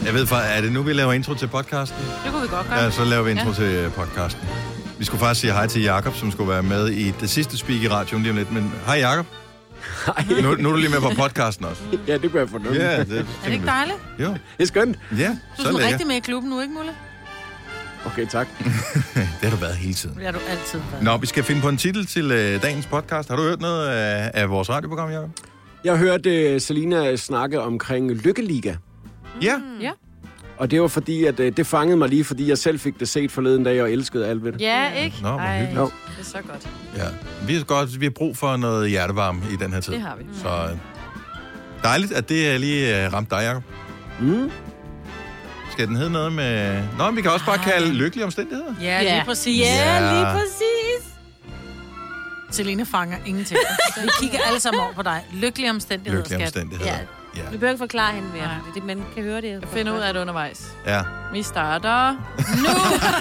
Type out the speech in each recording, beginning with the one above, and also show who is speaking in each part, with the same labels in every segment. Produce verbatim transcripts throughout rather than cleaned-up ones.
Speaker 1: Jeg ved faktisk, er det nu, vi laver intro til podcasten?
Speaker 2: Det kunne vi godt gøre.
Speaker 1: Ja, så laver vi intro ja. til podcasten. Vi skulle faktisk sige hej til Jakob, som skulle være med i det sidste speak i radioen lige om lidt. Men hej Jakob.
Speaker 3: Hej.
Speaker 1: Nu, nu er du lige med på podcasten også.
Speaker 3: Ja, det kunne jeg fornemme.
Speaker 1: Ja, det,
Speaker 2: er det ikke dejligt?
Speaker 1: Jo.
Speaker 3: Det er skønt.
Speaker 1: Ja,
Speaker 2: så er du rigtig med i klubben nu, ikke Mulle?
Speaker 3: Okay, tak.
Speaker 1: Det har du været hele tiden.
Speaker 2: Det har du altid været.
Speaker 1: Nå, vi skal finde på en titel til øh, dagens podcast. Har du hørt noget af, af vores radioprogram, Jacob?
Speaker 3: Jeg har hørt uh, Selina snakke omkring Lykkeliga.
Speaker 1: Ja.
Speaker 2: Mm. Ja.
Speaker 3: Og det var fordi, at uh, det fangede mig lige, fordi jeg selv fik det set forleden dag og elskede alt ved det.
Speaker 4: Ja, ikke?
Speaker 1: Nå, hvor hyggeligt.
Speaker 4: Ej, det er så godt.
Speaker 1: Ja. Vi har, godt, vi har brug for noget hjertevarme i den her tid.
Speaker 4: Det har vi.
Speaker 1: Så øh, dejligt, at det er lige øh, ramt dig, Jacob.
Speaker 3: Mm.
Speaker 1: Skal den hedde noget med... Nå, vi kan også bare kalde lykkelige omstændigheder.
Speaker 2: Ja, lige præcis.
Speaker 4: Ja, lige præcis.
Speaker 2: Selina fanger ingenting. Vi kigger alle sammen over på dig. Lykkelige omstændigheder,
Speaker 1: Lykkelige
Speaker 2: skat.
Speaker 1: omstændigheder.
Speaker 4: Ja.
Speaker 1: Ja.
Speaker 4: Vi behøver ikke forklare hende mere. Det, man kan høre det.
Speaker 5: Jeg finder ud af det undervejs.
Speaker 1: Ja.
Speaker 5: Vi starter nu.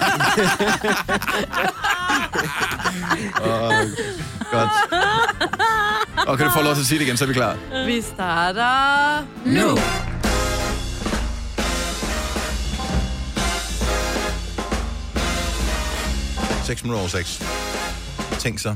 Speaker 1: Oh, godt. Og kan du få lov til at sige det igen, så er vi klar.
Speaker 5: Vi starter nu.
Speaker 1: seks minutter over seks. Tænk så,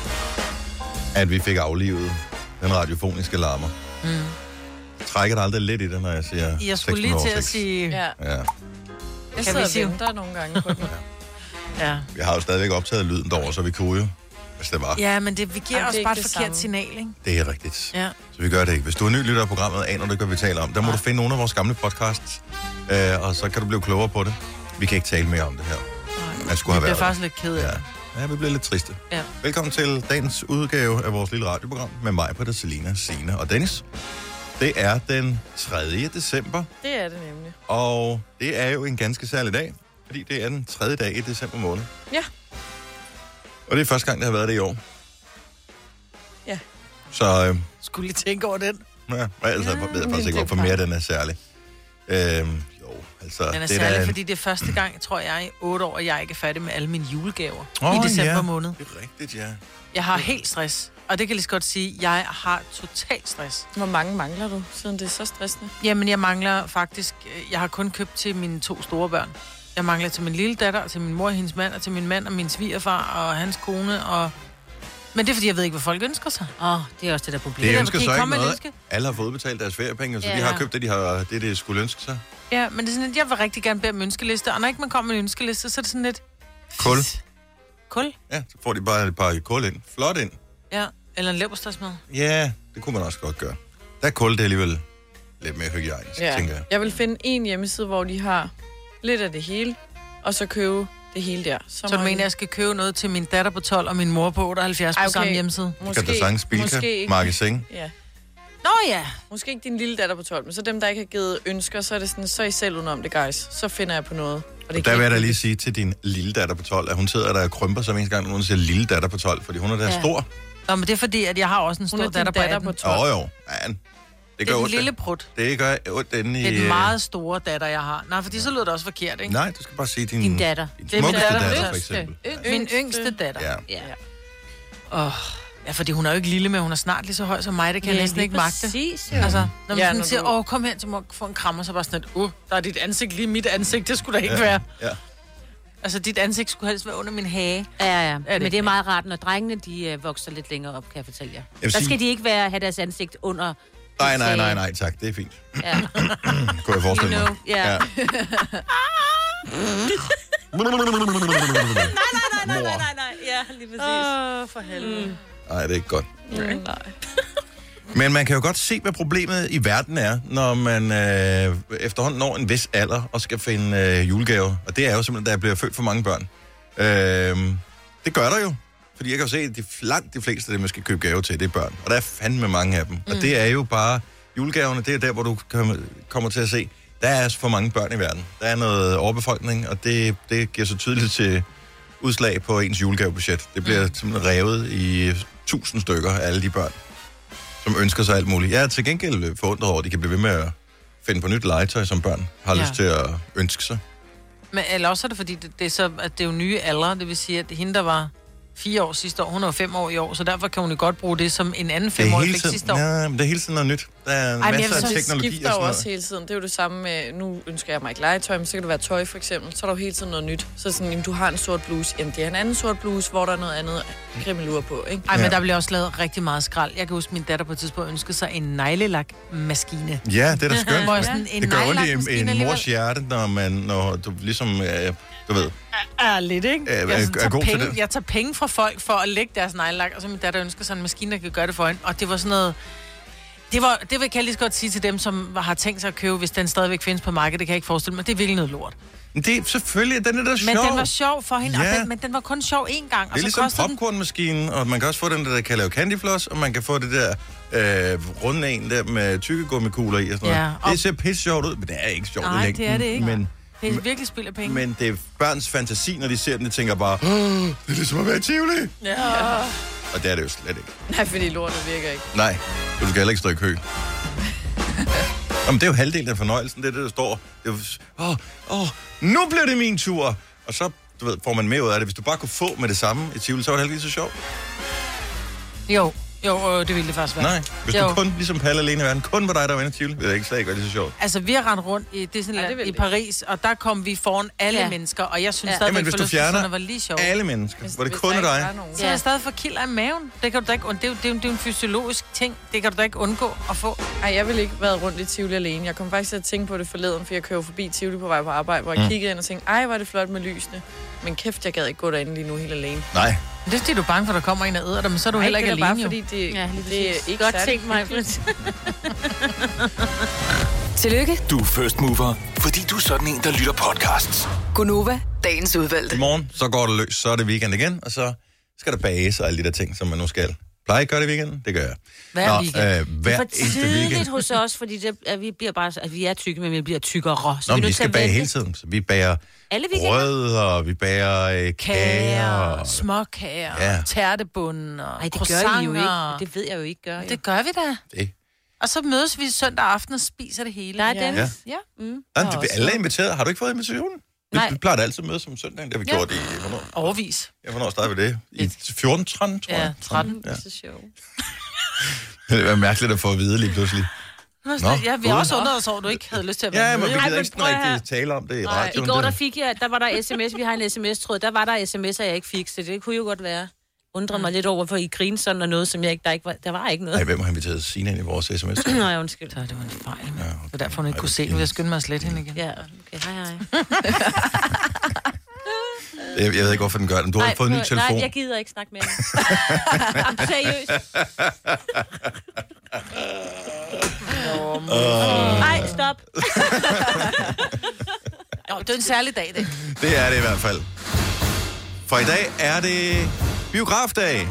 Speaker 1: at vi fik aflivet den radiofoniske larmer.
Speaker 2: Mm.
Speaker 1: Trækker der aldrig lidt i det, når jeg siger
Speaker 2: Jeg skulle lige til at sige...
Speaker 5: Ja.
Speaker 1: Ja.
Speaker 5: Jeg
Speaker 2: Kan
Speaker 5: sidder
Speaker 2: vi
Speaker 5: og
Speaker 2: sige-
Speaker 5: venter nogle gange på den.
Speaker 2: Ja.
Speaker 1: Vi har jo stadigvæk optaget lyden derovre, så vi kunne jo, hvis det var.
Speaker 2: Ja, men det, vi giver
Speaker 5: Jamen,
Speaker 2: os
Speaker 5: det er
Speaker 2: bare et
Speaker 5: ikke det
Speaker 2: forkert
Speaker 5: samme.
Speaker 2: signal, ikke?
Speaker 1: Det er rigtigt.
Speaker 2: Ja.
Speaker 1: Så vi gør det ikke. Hvis du er ny lytter af programmet, aner du ikke, hvad vi taler om. Der må du finde nogle af vores gamle podcasts, øh, og så kan du blive klogere på det. Vi kan ikke tale mere om det her. Man skulle
Speaker 2: Vi
Speaker 1: have
Speaker 2: bliver
Speaker 1: været
Speaker 2: faktisk lidt ked af
Speaker 1: Ja.
Speaker 2: det.
Speaker 1: ja, vi bliver lidt triste.
Speaker 2: Ja.
Speaker 1: Velkommen til dagens udgave af vores lille radioprogram med mig, Peter, Selina, Signe og Dennis. Det er den tredje december,
Speaker 5: Det er det nemlig.
Speaker 1: og det er jo en ganske særlig dag, fordi det er den tredje dag i december måned.
Speaker 5: Ja.
Speaker 1: Og det er første gang, det har været det i år.
Speaker 5: Ja.
Speaker 1: Så øh,
Speaker 2: Skulle lige tænke over den.
Speaker 1: ja, altså, jeg ved faktisk ikke, hvorfor mere den er særlig. Øhm, jo, altså...
Speaker 2: Den er
Speaker 1: det
Speaker 2: særlig,
Speaker 1: da...
Speaker 2: fordi det er første gang, tror jeg, i otte år, at jeg ikke er færdig med alle mine julegaver
Speaker 1: oh,
Speaker 2: i december
Speaker 1: ja.
Speaker 2: måned.
Speaker 1: Det er rigtigt, ja.
Speaker 2: Jeg har helt stress, og det kan jeg lige så godt sige, jeg har total stress.
Speaker 5: Hvor mange mangler du, siden det er så stressende?
Speaker 2: Jamen, jeg mangler faktisk... Jeg har kun købt til mine to store børn. Jeg mangler til min lille datter, til min mor og hendes mand, og til min mand og min svigerfar og hans kone, og... Men det er, fordi jeg ved ikke, hvad folk ønsker sig.
Speaker 4: Åh, oh, det er også det der problem.
Speaker 1: Det
Speaker 2: der,
Speaker 1: ønsker
Speaker 2: kan I
Speaker 1: så ikke
Speaker 2: komme med et
Speaker 1: noget.
Speaker 2: ønske?
Speaker 1: Alle har fået udbetalt deres feriepenge, så
Speaker 2: Ja.
Speaker 1: de har købt det, de har, det, de skulle ønske sig.
Speaker 2: Ja, men det er sådan, at jeg vil rigtig gerne bede om ønskeliste, og når ikke man kommer med en ønskeliste, så er det sådan lidt...
Speaker 1: Kul.
Speaker 2: Kul?
Speaker 1: Ja, så får de bare et par kul ind. Flot ind.
Speaker 2: Ja, eller en leverpostejsmad.
Speaker 1: Ja, det kunne man også godt gøre. Der er kul, det er alligevel lidt mere hygiejnisk,
Speaker 5: Ja.
Speaker 1: tænker jeg.
Speaker 5: Jeg vil finde en hjemmeside, hvor de har lidt af det hele, og så købe det hele der.
Speaker 2: Så du mener, jeg skal købe noget til min datter på tolv og min mor på otteoghalvfjerds
Speaker 5: Ej,
Speaker 2: på
Speaker 5: okay.
Speaker 2: samme hjemmeside?
Speaker 1: Måske, kan der sagtens Bilka, Magasin.
Speaker 5: Ja.
Speaker 2: Nå ja.
Speaker 5: Måske ikke din lille datter på tolv, men så dem, der ikke har givet ønsker, så er det sådan, så er I selv udenom det, guys. Så finder jeg på noget. Og, det
Speaker 1: Og
Speaker 5: kan
Speaker 1: der vil jeg da
Speaker 5: ikke-
Speaker 1: lige sige til din lille datter på tolv, at hun sidder der og krymper som en gang, når hun siger lille datter på tolv, fordi hun er der
Speaker 2: Ja.
Speaker 1: stor.
Speaker 2: Nå, men det er fordi, at jeg har også en
Speaker 5: Hun
Speaker 2: stor
Speaker 5: er din
Speaker 2: datter,
Speaker 5: datter
Speaker 2: på
Speaker 5: på
Speaker 2: atten.
Speaker 5: tolv.
Speaker 1: Åh jo, man. Det
Speaker 2: Det
Speaker 1: gør
Speaker 2: er den
Speaker 1: ondt.
Speaker 2: lille prut.
Speaker 1: Det gør ondt inde i...
Speaker 2: Det er den meget store datter, jeg har. Nej, fordi så lyder det også forkert, ikke?
Speaker 1: Nej, du skal bare sige din...
Speaker 4: Din datter.
Speaker 1: Din
Speaker 2: Det er min
Speaker 1: smukkeste
Speaker 2: datter.
Speaker 1: datter, for
Speaker 2: Yngste.
Speaker 1: eksempel.
Speaker 2: Min yngste datter.
Speaker 1: Ja.
Speaker 4: Ja.
Speaker 2: Åh, ja, fordi hun er jo ikke lille, men hun er snart lige så høj som mig. Det kan jeg
Speaker 4: Ja,
Speaker 2: næsten
Speaker 4: lige
Speaker 2: ikke magte.
Speaker 4: præcis, jo.
Speaker 2: Altså, når man
Speaker 5: Ja,
Speaker 2: sådan
Speaker 5: når
Speaker 2: siger,
Speaker 5: du-
Speaker 2: åh, kom hen til mor, få en krammer, så bare sådan, at, uh, der er dit ansigt lige mit ansigt. Det skulle da ikke
Speaker 1: Ja,
Speaker 2: være.
Speaker 1: ja.
Speaker 2: Altså, dit ansigt skulle helst være under min hage.
Speaker 4: Ja, ja.
Speaker 2: det
Speaker 4: Men det
Speaker 2: ikke?
Speaker 4: er meget rart, når drengene de øh, vokser lidt længere op, kan jeg fortælle jer.
Speaker 1: vil
Speaker 4: Der
Speaker 1: sige-
Speaker 4: skal de ikke være, have deres ansigt under...
Speaker 1: Nej, nej, nej, nej, tak. Det er fint.
Speaker 4: Ja.
Speaker 1: Kunne jeg forestille
Speaker 4: You
Speaker 1: mig.
Speaker 4: know, ja.
Speaker 1: Nej,
Speaker 4: nej, nej, nej. Ja, lige præcis.
Speaker 2: Åh, oh, for helvede. Mm.
Speaker 1: Nej, det er ikke godt.
Speaker 5: Nej.
Speaker 1: Men man kan jo godt se, hvad problemet i verden er, når man øh, efterhånden når en vis alder og skal finde øh, julegaver. Og det er jo simpelthen, at der bliver født for mange børn. Øh, det gør der jo. Fordi jeg kan jo se, at de, langt de fleste af dem, jeg skal købe gave til, det er børn. Og der er fandme mange af dem. Mm. Og det er jo bare... Julegaverne, det er der, hvor du kommer til at se, der er altså for mange børn i verden. Der er noget overbefolkning, og det, det giver så tydeligt til udslag på ens julegavebudget. Det bliver mm. simpelthen revet i tusind stykker af alle de børn, som ønsker sig alt muligt. Jeg er til gengæld forundret over, at de kan blive ved med at finde på nyt legetøj, som børn har ja. lyst til at ønske sig.
Speaker 2: Men eller også er det, fordi det, det er så, at det er jo nye aldre. Det vil sige, at hende, der var fire år sidste år. Hun er jo fem år i år, så derfor kan hun jo godt bruge det som en anden
Speaker 1: Det er
Speaker 2: femårig
Speaker 1: hele
Speaker 2: fik
Speaker 1: tiden,
Speaker 2: sidste år.
Speaker 1: ja, men det er hele tiden noget nyt. Der er
Speaker 2: men jeg
Speaker 1: masser af
Speaker 2: synes, det
Speaker 1: teknologi og
Speaker 5: skifter
Speaker 1: sådan
Speaker 5: jo også
Speaker 1: noget.
Speaker 5: hele tiden. Det er jo det samme med, nu ønsker jeg mig ikke legetøj, men så kan det være tøj for eksempel. Så er der jo hele tiden noget nyt. Så sådan, jamen, du har en sort bluse. Jamen, det er en anden sort bluse, hvor der er noget andet krimmelur på, ikke?
Speaker 2: Ej, men
Speaker 1: Ja.
Speaker 2: der bliver også lavet rigtig meget skrald. Jeg kan huske, min datter på et tidspunkt ønskede sig en neglelakmaskine.
Speaker 1: Ja, det er da skønt.
Speaker 2: Hvor jeg sådan, en
Speaker 1: Det gør ondt i
Speaker 2: neglelakmaskine
Speaker 1: en, en
Speaker 2: alligevel.
Speaker 1: mors hjerte, når, man, når du ligesom, øh, du ved,
Speaker 2: Er lidt, ikke?
Speaker 1: Er- er-
Speaker 2: jeg, sådan
Speaker 1: er
Speaker 2: tager
Speaker 1: god til
Speaker 2: penge,
Speaker 1: det.
Speaker 2: jeg tager penge fra folk for at lægge deres neglelak, og så min datter ønsker sig en maskine, der kan gøre det for hende. Og det var sådan noget... Det, var, det vil jeg lige så godt sige til dem, som har tænkt sig at købe, hvis den stadigvæk findes på markedet. Det kan jeg ikke forestille mig. Det er virkelig noget lort.
Speaker 1: men det er selvfølgelig, den er da sjov.
Speaker 2: Men den var sjov for hende,
Speaker 1: Ja.
Speaker 2: og den, men den var kun sjov én gang.
Speaker 1: Det er
Speaker 2: og så
Speaker 1: ligesom
Speaker 2: kostede den...
Speaker 1: popcornmaskinen, og man kan også få den der, der kan lave candyfloss, og man kan få det der øh, runde en der med tykkegummikugler i og sådan
Speaker 2: Ja,
Speaker 1: noget.
Speaker 2: og-
Speaker 1: Det ser pisse sjovt ud, men det er ikke sjovt i
Speaker 2: Nej,
Speaker 1: længden.
Speaker 2: det er det ikke.
Speaker 1: Men,
Speaker 2: Det er virkelig spild af penge.
Speaker 1: men det er børns fantasi, når de ser den, de tænker bare, "Åh, det er ligesom at være i Tivoli.
Speaker 2: Ja.
Speaker 1: Og det er det jo slet ikke.
Speaker 5: Nej, fordi lortet virker ikke.
Speaker 1: Nej, du skal heller ikke stå i kø. Jamen, det er jo halvdelen af fornøjelsen, det er det, der står. Det er jo, åh, åh, nu bliver det min tur. Og så, du ved, får man mere ud af det. Hvis du bare kunne få med det samme i Tivoli, så var det heller ikke så sjovt.
Speaker 2: Jo, jo, øh, det ville det faktisk være.
Speaker 1: Nej, hvis
Speaker 2: Jo.
Speaker 1: du kun, ligesom Palle alene i verden, kun var dig, der var inde i Tivoli, ville det ikke slet ikke være lige så sjovt.
Speaker 2: Altså, vi har rendt rundt i Disneyland
Speaker 5: Ja, det
Speaker 2: ja,
Speaker 5: vil
Speaker 2: i
Speaker 5: det.
Speaker 2: Paris, og der kom vi foran alle ja.
Speaker 4: Ja.
Speaker 2: mennesker, og jeg synes
Speaker 4: Ja.
Speaker 2: ja. stadigvæk,
Speaker 1: Jamen, hvis du
Speaker 2: forlystelserne
Speaker 1: fjerner
Speaker 2: var lige sjov.
Speaker 1: alle mennesker,
Speaker 5: Hvis,
Speaker 1: hvor det
Speaker 5: hvis
Speaker 1: kun
Speaker 5: der
Speaker 1: er
Speaker 5: ikke
Speaker 1: dig.
Speaker 5: er nogen.
Speaker 2: Så er jeg stadig for kild af maven. Det kan du da ikke, und- det, er jo, det, er jo, det er jo en fysiologisk ting. Det kan du da ikke undgå at få.
Speaker 5: Ej, jeg ville ikke være rundt i Tivoli alene. Jeg kom faktisk til at tænke på det forleden, for jeg kører forbi Tivoli på vej på arbejde, hvor jeg
Speaker 1: Mm.
Speaker 5: kiggede ind og tænkte, ej, hvor er det flot med lysene. Men kæft, jeg gad ikke gå derinde lige nu helt alene.
Speaker 1: Nej,
Speaker 2: Men det er fordi, du er bange for, at der kommer en og æder dig, men så er du
Speaker 5: Ej,
Speaker 2: heller
Speaker 5: det
Speaker 2: ikke
Speaker 5: er da
Speaker 2: alene,
Speaker 5: bare,
Speaker 2: jo.
Speaker 5: fordi det,
Speaker 4: Ja, lige
Speaker 5: det er
Speaker 4: præcis.
Speaker 5: ikke
Speaker 4: Godt
Speaker 5: særlig
Speaker 4: tænkt mig.
Speaker 5: hyggeligt.
Speaker 6: Tillykke, du er first mover, fordi du er sådan en, der lytter podcasts.
Speaker 7: Gunova, dagens udvalgte.
Speaker 1: i morgen, så går det løs, så er det weekend igen, og så skal der bages og alle de der ting, som man nu skal. Plejer I at gøre det i weekenden? Det gør jeg.
Speaker 2: Hver weekend.
Speaker 1: Øh,
Speaker 4: Det
Speaker 1: hver
Speaker 4: er for
Speaker 1: eneste
Speaker 4: tidligt
Speaker 1: weekend.
Speaker 4: hos os, fordi det, at vi bliver bare, at vi er tykke, men vi bliver tykkere. Så
Speaker 1: Nå,
Speaker 4: vi er
Speaker 1: men vi
Speaker 4: nødt til
Speaker 1: skal
Speaker 4: at
Speaker 1: bage
Speaker 4: vente.
Speaker 1: hele tiden. Så vi bager
Speaker 4: Alle weekender?
Speaker 1: brød, og vi bager øh, kager.
Speaker 2: Kager,
Speaker 1: og-
Speaker 2: småkager,
Speaker 1: Ja.
Speaker 2: ja. tærtebunden og
Speaker 4: Nej, det gør I jo
Speaker 2: croissanter.
Speaker 4: ikke. Det ved jeg jo ikke gør. Jo.
Speaker 2: Det gør vi da.
Speaker 1: Det.
Speaker 2: Og så mødes vi søndag aften og spiser det hele.
Speaker 4: Der er
Speaker 5: Ja.
Speaker 4: den.
Speaker 1: Ja.
Speaker 2: Ja.
Speaker 4: Mm.
Speaker 1: Nej,
Speaker 2: Og
Speaker 1: det,
Speaker 2: også-
Speaker 1: alle er inviteret. Har du ikke fået invitationen? Vi,
Speaker 4: Nej.
Speaker 1: vi plejer da altid at mødes om søndagen. Det har vi
Speaker 2: Ja.
Speaker 1: gjort i, hvornår?
Speaker 2: Overvis.
Speaker 1: Ja, hvornår starter vi det? I fjorten tretten, tror jeg.
Speaker 2: Ja, tretten.
Speaker 1: Ja.
Speaker 5: Det er så sjovt.
Speaker 1: Det er mærkeligt at få at vide lige pludselig.
Speaker 2: Nå,
Speaker 1: Nå,
Speaker 2: ja, vi har
Speaker 1: gud.
Speaker 2: også undret os over, at du ikke havde lyst til at være
Speaker 1: Ja, men
Speaker 2: med.
Speaker 1: vi
Speaker 2: jo.
Speaker 1: gider
Speaker 4: men
Speaker 1: ikke sådan
Speaker 4: prøv at
Speaker 1: rigtig tale om det i
Speaker 5: Nej,
Speaker 1: radioen.
Speaker 4: I går, der
Speaker 1: det-
Speaker 4: fik jeg, der var der sms, vi har en sms-tråd, der var der sms'er, jeg ikke fik, så det kunne jo godt være. Undrede mig lidt over, for I griner sådan og noget, som jeg ikke, der ikke var, der var ikke noget.
Speaker 1: Ej, hvem har inviteret Signe ind i vores sms?
Speaker 4: Nej, undskyld.
Speaker 2: Så det var en fejl. Ja,
Speaker 1: okay.
Speaker 2: okay. Det er derfor, hun ikke
Speaker 1: Ej,
Speaker 2: kunne
Speaker 1: det
Speaker 2: se
Speaker 1: er
Speaker 2: den. Nu vil jeg skynde mig at slette hende igen.
Speaker 4: Ja, okay, hej hej.
Speaker 1: Jeg, jeg ved ikke, hvorfor den gør det. Du har
Speaker 4: Nej,
Speaker 1: fået en ny
Speaker 4: prøv-
Speaker 1: telefon.
Speaker 4: Nej, jeg gider ikke snakke mere. Jamen, seriøst. Nej, stop.
Speaker 2: Jo, det er en særlig dag, det.
Speaker 1: Det er det i hvert fald. For i dag er det biografdag.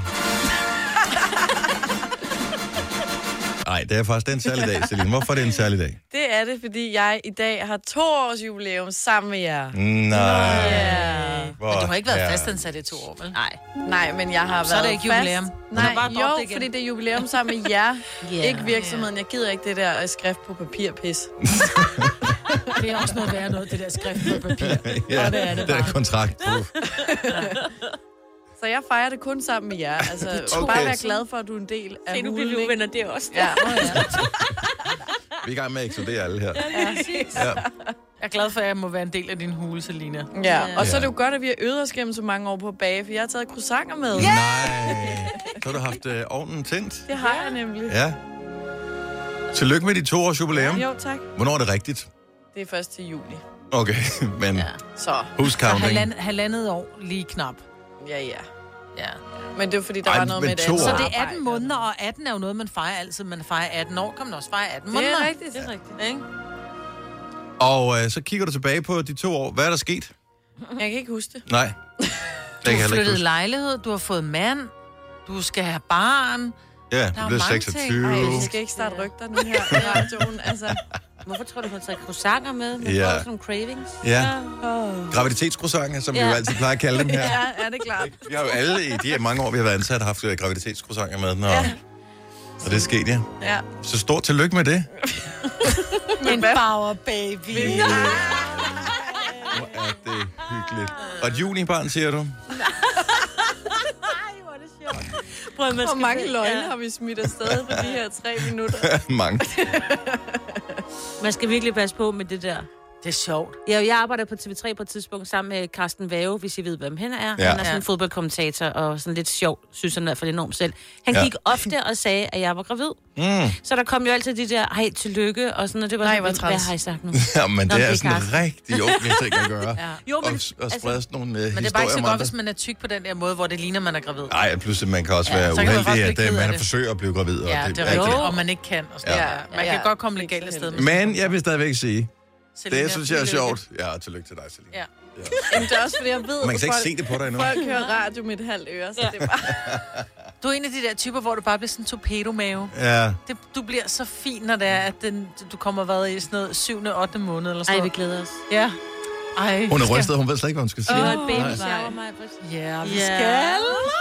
Speaker 1: Nej, det er faktisk den særlige dag, Celine. Hvorfor er det en særlig dag?
Speaker 5: Det er det, fordi jeg i dag har to års jubilæum sammen med jer.
Speaker 1: Nej.
Speaker 5: Ja.
Speaker 1: Hvor
Speaker 2: Men du har ikke været
Speaker 1: herligt.
Speaker 2: fastansat i to år, vel?
Speaker 4: Nej.
Speaker 5: Nej, men jeg har
Speaker 2: Så
Speaker 5: været
Speaker 2: er det ikke
Speaker 5: fast.
Speaker 2: jubilæum.
Speaker 5: Nej,
Speaker 2: Så bare drop
Speaker 5: jo,
Speaker 2: det igen.
Speaker 5: fordi det er jubilæum sammen med jer.
Speaker 4: Ja.
Speaker 5: Ikke virksomheden. Jeg gider ikke det der øh, skrift på papir pis.
Speaker 2: Det er også noget værre noget, det der skrift på papir.
Speaker 1: Ja,
Speaker 2: Og det er det
Speaker 1: den er
Speaker 2: bare.
Speaker 1: kontrakt på.
Speaker 5: Så jeg fejrer det kun sammen med jer. Altså,
Speaker 1: Okay.
Speaker 5: bare være glad for, at du er en del af
Speaker 4: Se, nu bliver
Speaker 5: hulen,
Speaker 4: vi
Speaker 5: ikke?
Speaker 4: uvenner, det er også.
Speaker 5: Ja.
Speaker 1: Vi er i gang med at ekskludere alle her.
Speaker 2: Jeg er glad for, at jeg må være en del af din hule, Selina.
Speaker 5: Ja, og så er det
Speaker 1: Ja.
Speaker 5: jo godt, at vi har øvet os gennem så mange år på at bage, for jeg har taget croissanter med.
Speaker 1: Nej. Så har du haft øh, ovnen tændt.
Speaker 5: Det har jeg nemlig.
Speaker 1: Ja. Tillykke med de to års jubilæum.
Speaker 5: Jo, tak.
Speaker 1: Hvornår er det rigtigt?
Speaker 5: Det er først til juli.
Speaker 1: Okay, men
Speaker 4: Ja.
Speaker 5: Så,
Speaker 2: Så
Speaker 1: huscounting.
Speaker 2: halvand, halvandet år lige knap.
Speaker 5: ja, ja.
Speaker 2: Ja.
Speaker 5: Men det er jo fordi, der
Speaker 1: Ej,
Speaker 5: var noget
Speaker 1: men
Speaker 5: med det
Speaker 1: to
Speaker 5: andet
Speaker 1: år.
Speaker 2: Så det er
Speaker 5: arbejde.
Speaker 2: atten måneder, og atten er jo noget, man fejrer altid. Man fejrer atten år, kan man også fejre atten
Speaker 5: Det
Speaker 2: måneder.
Speaker 5: er rigtigt.
Speaker 4: Det er rigtigt.
Speaker 2: Ikke?
Speaker 1: Og øh, så kigger du tilbage på de to år. Hvad er der sket?
Speaker 5: Jeg kan ikke huske det.
Speaker 1: Nej. Det
Speaker 2: Du
Speaker 1: kan
Speaker 2: har
Speaker 1: jeg heller ikke
Speaker 2: flyttet
Speaker 1: huske.
Speaker 2: lejlighed, du har fået mand, du skal have barn.
Speaker 1: Ja,
Speaker 2: Der
Speaker 1: du
Speaker 2: er
Speaker 1: blev
Speaker 2: mange ting.
Speaker 1: seksogtyve.
Speaker 5: Ej, vi skal ikke starte rygter nu her i radioen. Altså,
Speaker 4: Hvorfor tror du, hun har taget croissanter med? Man
Speaker 1: Ja.
Speaker 4: får sådan nogle cravings.
Speaker 1: Ja.
Speaker 5: oh.
Speaker 1: Graviditetscroissanter, som ja. vi
Speaker 4: Ja.
Speaker 1: jo altid plejer at kalde dem her.
Speaker 5: Ja, er det klart.
Speaker 1: Vi har jo alle i de her mange år, vi har været ansat, haft øh, graviditetscroissanter med, når... Ja. Og det er sket, ja.
Speaker 5: Ja.
Speaker 1: Så stort tillykke med det.
Speaker 2: En power baby.
Speaker 1: Hvor er det hyggeligt. Og et junibarn, siger du?
Speaker 4: tror jeg, man
Speaker 5: Hvor
Speaker 4: skal
Speaker 5: mange
Speaker 4: vælge.
Speaker 5: løgne
Speaker 4: Ja.
Speaker 5: har vi smidt afsted på de her tre minutter?
Speaker 1: Mange.
Speaker 4: Man skal virkelig passe på med det der.
Speaker 2: Det er sjovt.
Speaker 4: Ja, jeg arbejder på T V tre på et tidspunkt sammen med Carsten Vave, hvis I ved, hvem han er.
Speaker 1: Ja.
Speaker 4: Han er sådan
Speaker 2: Ja.
Speaker 4: en fodboldkommentator og sådan lidt sjov, synes han i hvert fald enormt selv. Han
Speaker 1: Ja.
Speaker 4: gik ofte og sagde, at jeg var gravid.
Speaker 1: Mm.
Speaker 4: Så der kom jo altid de der, hej, tillykke, og sådan, og det var
Speaker 5: Nej,
Speaker 4: sådan,
Speaker 5: hvor
Speaker 4: hvad
Speaker 5: træls.
Speaker 4: har I sagt nu?
Speaker 1: Ja, men
Speaker 4: Nå,
Speaker 1: det
Speaker 4: det
Speaker 1: er
Speaker 4: er
Speaker 1: sådan
Speaker 4: Carsten.
Speaker 1: rigtig ondt ting at gøre.
Speaker 2: Ja.
Speaker 4: Jo, men,
Speaker 1: Og, og sprede sådan nogle uh,
Speaker 2: Men det er bare
Speaker 1: historier
Speaker 2: ikke så
Speaker 1: om
Speaker 2: godt,
Speaker 1: andre.
Speaker 2: hvis man er tyk på den der måde, hvor det ligner, man er gravid.
Speaker 1: Nej, pludselig man kan også
Speaker 2: Ja,
Speaker 1: være
Speaker 2: så kan man
Speaker 1: uheldig,
Speaker 2: godt
Speaker 1: at
Speaker 2: blive
Speaker 1: uh,
Speaker 2: ked af
Speaker 1: man
Speaker 2: det.
Speaker 1: forsøger at blive gravid.
Speaker 2: Ja,
Speaker 1: og
Speaker 2: det er
Speaker 1: alt
Speaker 2: rigtigt.
Speaker 1: det.
Speaker 2: Og man ikke kan. Og sådan
Speaker 1: Ja.
Speaker 2: ja. Man kan
Speaker 5: Ja.
Speaker 2: godt komme
Speaker 5: Ikke
Speaker 2: legalt
Speaker 5: så
Speaker 2: afsted.
Speaker 5: heldigt.
Speaker 2: med
Speaker 1: Men jeg vil stadigvæk sige,
Speaker 2: Selina,
Speaker 1: det synes jeg er
Speaker 2: tillykke.
Speaker 1: sjovt. Ja, tillykke til dig, Selina.
Speaker 2: Ja.
Speaker 5: Jamen, det er også, fordi jeg ved,
Speaker 1: Man kan slet ikke
Speaker 5: folk,
Speaker 1: se det på dig endnu.
Speaker 5: folk hører radio med et halvt øre, så ja. det er bare...
Speaker 2: Du er en af de der typer, hvor du bare bliver sådan en torpedomave.
Speaker 1: Ja.
Speaker 2: Det, du bliver så fin, når det er, at den, du kommer hvad i sådan noget syvende, ottende måned eller sådan
Speaker 4: Ej, vi
Speaker 2: noget.
Speaker 4: glæder os.
Speaker 2: Ja. Ej,
Speaker 1: Hun er
Speaker 2: vi
Speaker 1: rystet, hun ved slet ikke, hvad hun skal sige.
Speaker 4: Vi har
Speaker 2: Åh,
Speaker 4: et baby
Speaker 2: nej.
Speaker 4: shower, mig.
Speaker 2: Ja, vi
Speaker 4: Ja.
Speaker 2: skal.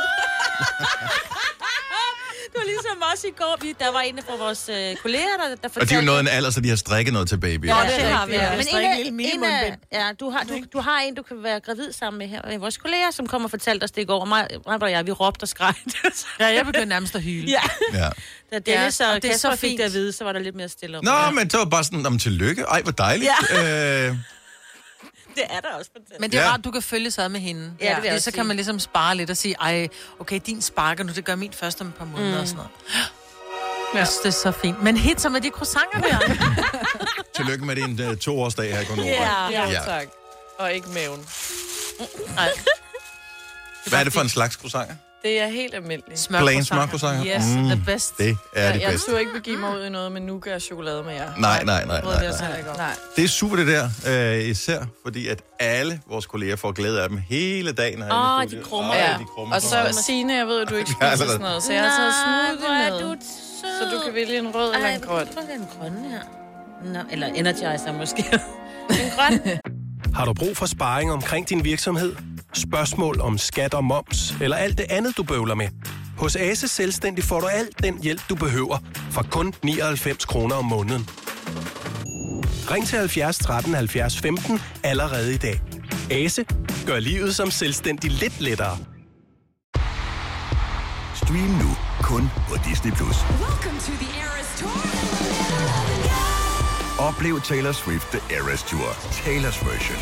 Speaker 4: Det var ligesom også i går. Vi, der var en fra vores øh, kolleger, der, der fortalte...
Speaker 1: Og de er jo nået en alder, så de har strikket noget til baby.
Speaker 2: Ja,
Speaker 4: Ja,
Speaker 2: det
Speaker 4: det
Speaker 2: er
Speaker 4: har vi.
Speaker 2: rigtigt, ja.
Speaker 4: Ja.
Speaker 2: Men
Speaker 4: Men
Speaker 2: strikke
Speaker 4: en
Speaker 2: en lille
Speaker 4: af, en af,
Speaker 2: minimumbind.
Speaker 4: ja, du har, du, du har en, du kan være gravid sammen med her. Vores kolleger, som kommer og fortalte os det i går. Mig, mig og jeg, vi råbte og skreg.
Speaker 2: Ja, jeg begyndte nærmest at hyle.
Speaker 4: ja.
Speaker 1: Ja.
Speaker 4: Da Dennis
Speaker 2: Ja,
Speaker 4: og
Speaker 2: og det er
Speaker 4: Kasper
Speaker 2: så
Speaker 4: fik
Speaker 2: fint.
Speaker 4: det at vide, så var der lidt mere stille om.
Speaker 1: Nå,
Speaker 4: Ja.
Speaker 1: men det var bare sådan, om tillykke. Ej, hvor dejligt. Ja. Øh,
Speaker 4: Det er der også fortalt.
Speaker 2: Men det er
Speaker 1: Ja.
Speaker 2: ja. rart, du kan følge sig med hende.
Speaker 4: Ja, det vil jeg
Speaker 2: Fordi
Speaker 4: også
Speaker 2: så
Speaker 4: sige.
Speaker 2: kan man ligesom spare lidt og sige, ej, okay, din sparker nu, det gør min først om et par måneder mm. og sådan noget. Ja. Jeg synes, det er så fint. Men hit så med de croissanter der.
Speaker 1: tillykke med din uh, toårsdag her i Konoba.
Speaker 4: Ja.
Speaker 5: Ja,
Speaker 1: Ja.
Speaker 5: tak. Og ikke maven.
Speaker 2: Nej.
Speaker 1: Hvad er det for en slags croissanter?
Speaker 5: Det er helt almindeligt.
Speaker 1: Plain smørcroissanter?
Speaker 2: Yes,
Speaker 1: Mm,
Speaker 2: the best.
Speaker 1: Det er
Speaker 5: Jeg,
Speaker 1: det
Speaker 5: jeg
Speaker 1: bedste.
Speaker 5: turde ikke begive mig ud i noget med nougat og chokolade med jer.
Speaker 1: Nej, nej, nej,
Speaker 2: Det brød
Speaker 1: nej,
Speaker 2: vi os
Speaker 1: nej.
Speaker 2: heller ikke om.
Speaker 5: Nej.
Speaker 1: Det er super det der, øh, især fordi at alle vores kolleger får glæde af dem hele dagen herinde
Speaker 4: Åh,
Speaker 1: i
Speaker 4: de
Speaker 1: studiet.
Speaker 4: krummer.
Speaker 1: Åh,
Speaker 5: Ja.
Speaker 1: de krummer
Speaker 5: Og
Speaker 1: så
Speaker 5: så
Speaker 1: meget.
Speaker 5: Signe, jeg ved, at du ikke
Speaker 1: Ja,
Speaker 5: spiser
Speaker 1: eller-
Speaker 5: sådan noget, så jeg har taget
Speaker 4: hvor er
Speaker 5: smoothie
Speaker 4: du
Speaker 5: med.
Speaker 4: sød.
Speaker 5: Så du kan vælge en rød eller en grøn.
Speaker 4: Prøv den grønne her. Nå, eller Energizer måske. En grøn.
Speaker 8: Har du brug for sparring omkring din virksomhed? Spørgsmål om skat og moms, eller alt det andet, du bøvler med? Hos Ase Selvstændig får du alt den hjælp, du behøver, for kun nioghalvfems kroner om måneden. Ring til halvfjerds tretten halvfjerds femten allerede i dag. Ase gør livet som selvstændig lidt lettere.
Speaker 9: Stream nu kun på Disney plus. Oplev Taylor Swift The Eras Tour, Taylor's version.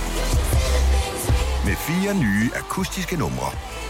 Speaker 9: Med fire nye akustiske numre.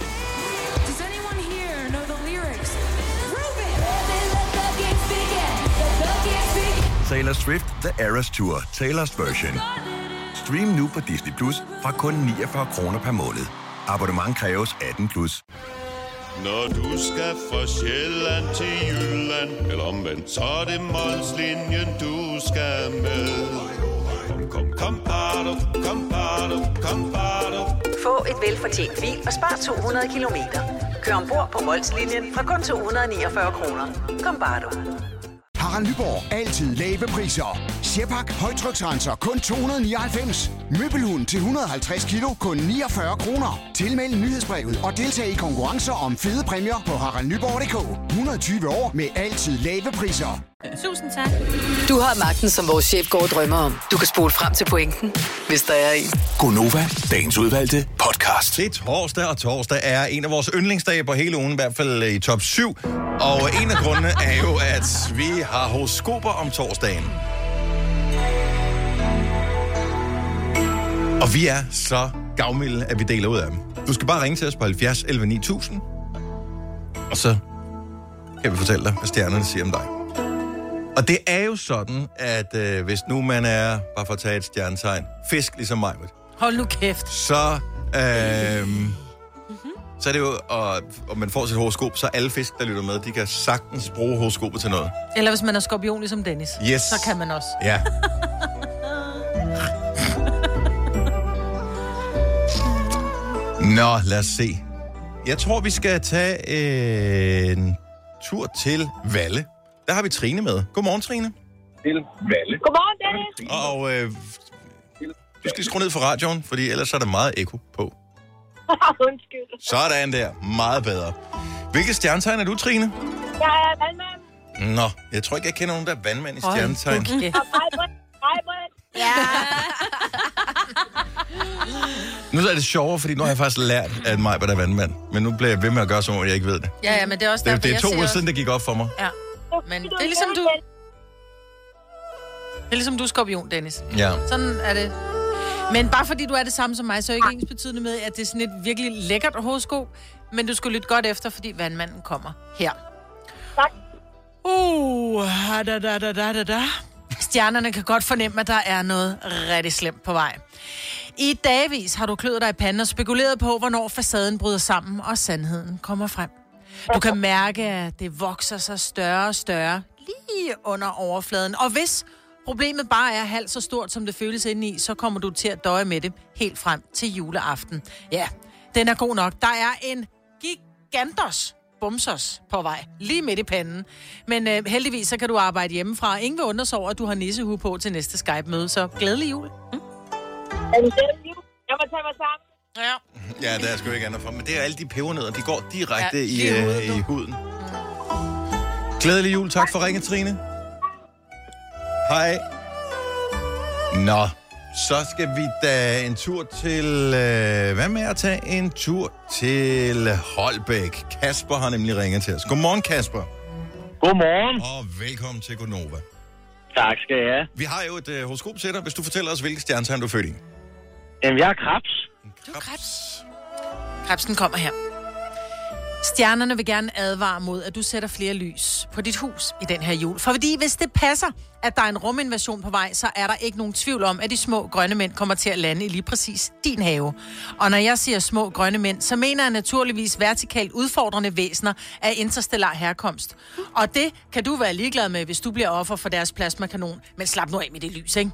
Speaker 9: Taylor Swift The Eras Tour, Taylor's version. Stream nu på Disney Plus fra kun niogfyrre kroner per måned. Abonnement kræves atten plus.
Speaker 10: Når du skal fra Sjælland til Jylland, eller omvendt, så er det Molslinjen, du skal med. Kom, kom, kom, bado, kom, bado, kom, bado.
Speaker 7: Få et velfortjent bil og spar to hundrede kilometer. Kør ombord på Molslinjen fra kun to hundrede niogfyrre kroner. Kom bare du.
Speaker 11: Harald Nyborg. Altid lave priser. Sjehpak. Højtryksrenser. Kun to hundrede nioghalvfems. Møbelhund til et hundrede og halvtreds kilo. Kun niogfyrre kroner. Tilmeld nyhedsbrevet og deltag i konkurrencer om fede præmier på harald nyborg punktum d k. et hundrede og tyve år med altid lave priser.
Speaker 4: Tusind tak.
Speaker 7: Du har magten, som vores chef går og drømmer om. Du kan spole frem til pointen, hvis der er en.
Speaker 6: Gonova, dagens udvalgte podcast.
Speaker 1: Det er torsdag, og torsdag er en af vores yndlingsdage på hele ugen, i hvert fald i top syv. Og en af grundene er jo, at vi har horoskoper om torsdagen. Og vi er så gavmilde, at vi deler ud af dem. Du skal bare ringe til os på halvfjerds elleve ni tusind, og så kan vi fortælle dig, hvad stjernerne siger om dig. Og det er jo sådan, at øh, hvis nu man er, bare for at tage et stjernetegn, fisk ligesom mig,
Speaker 2: Hold nu kæft.
Speaker 1: så, øh, så er det jo, og, og man får sit horoskop, så alle fisk, der lytter med, de kan sagtens bruge horoskopet til noget.
Speaker 2: Eller hvis man er skorpion ligesom Dennis.
Speaker 1: Yes.
Speaker 2: Så kan man også.
Speaker 1: Ja. Nå, lad os se. Jeg tror, vi skal tage en tur til Valle. Der har vi Trine med. Godmorgen, Trine.
Speaker 12: Til Valle. Godmorgen, Dennis.
Speaker 1: Og øh, du skal skrue ned for radioen, fordi ellers er der meget ekko på.
Speaker 12: Undskyld.
Speaker 1: Sådan der. Meget bedre. Hvilket stjernetegn er du, Trine?
Speaker 12: Jeg er vandmand.
Speaker 1: Nå, jeg tror ikke, jeg kender nogen, der er vandmand i stjernetegn.
Speaker 12: Og Majbrit. Majbrit.
Speaker 4: Ja.
Speaker 1: Nu er det sjovere, fordi nu har jeg faktisk lært, at mig var der vandmand. Men nu bliver jeg ved med at gøre, som om jeg ikke ved det.
Speaker 2: Ja, ja, men det er også
Speaker 1: Det,
Speaker 2: derfor,
Speaker 1: det er to
Speaker 2: jeg
Speaker 1: uger
Speaker 2: siger
Speaker 1: siden, det gik op for mig.
Speaker 2: Ja, men det er ligesom du. Det er ligesom du, skorpion, Dennis.
Speaker 1: Ja.
Speaker 2: Sådan er det. Men bare fordi du er det samme som mig, så er ikke ens betydende med, at det er sådan et virkelig lækkert horoskop. Men du skal lytte godt efter, fordi vandmanden kommer her.
Speaker 12: Tak.
Speaker 2: Uh, da, da, da, da, da, da. Stjernerne kan godt fornemme, at der er noget rigtig slemt på vej. I dagvis har du kløet dig i panden og spekuleret på, hvornår facaden bryder sammen, og sandheden kommer frem. Du kan mærke, at det vokser sig større og større lige under overfladen. Og hvis problemet bare er halvt så stort, som det føles indeni, så kommer du til at døje med det helt frem til juleaften. Ja, den er god nok. Der er en gigantos bumsers på vej, lige midt i panden. Men øh, heldigvis så kan du arbejde hjemmefra. Ingen vil undre sig over, at du har nissehue på til næste Skype-møde, så glædelig jul. Mm.
Speaker 12: Er det jul? Jeg må tage mig sammen.
Speaker 2: Ja.
Speaker 1: Ja, der er sgu ikke andet for. Men det er alle de pebernødder, de går direkte
Speaker 2: Ja,
Speaker 1: i,
Speaker 2: lige i
Speaker 1: øh,
Speaker 2: huden,
Speaker 1: i huden. Glædelig jul. Tak for ringet, Trine. Hej. Nå, så skal vi da en tur til... Øh, hvad med at tage en tur til Holbæk? Kasper har nemlig ringet til os. Godmorgen, Kasper.
Speaker 13: Godmorgen.
Speaker 1: Og velkommen til Gonova.
Speaker 13: Tak skal jeg have.
Speaker 1: Vi har jo et øh, horoskop til dig, hvis du fortæller os, hvilke stjernetegn du er født i.
Speaker 13: Jamen, jeg er krebs.
Speaker 2: Du er krebs. Krebsen kommer her. Stjernerne vil gerne advare mod, at du sætter flere lys på dit hus i den her jul. For fordi hvis det passer, at der er en ruminvasion på vej, så er der ikke nogen tvivl om, at de små grønne mænd kommer til at lande i lige præcis din have. Og når jeg siger små grønne mænd, så mener jeg naturligvis vertikalt udfordrende væsener af interstellar herkomst. Og det kan du være ligeglad med, hvis du bliver offer for deres plasmakanon. Men slap nu af med det lys, ikke?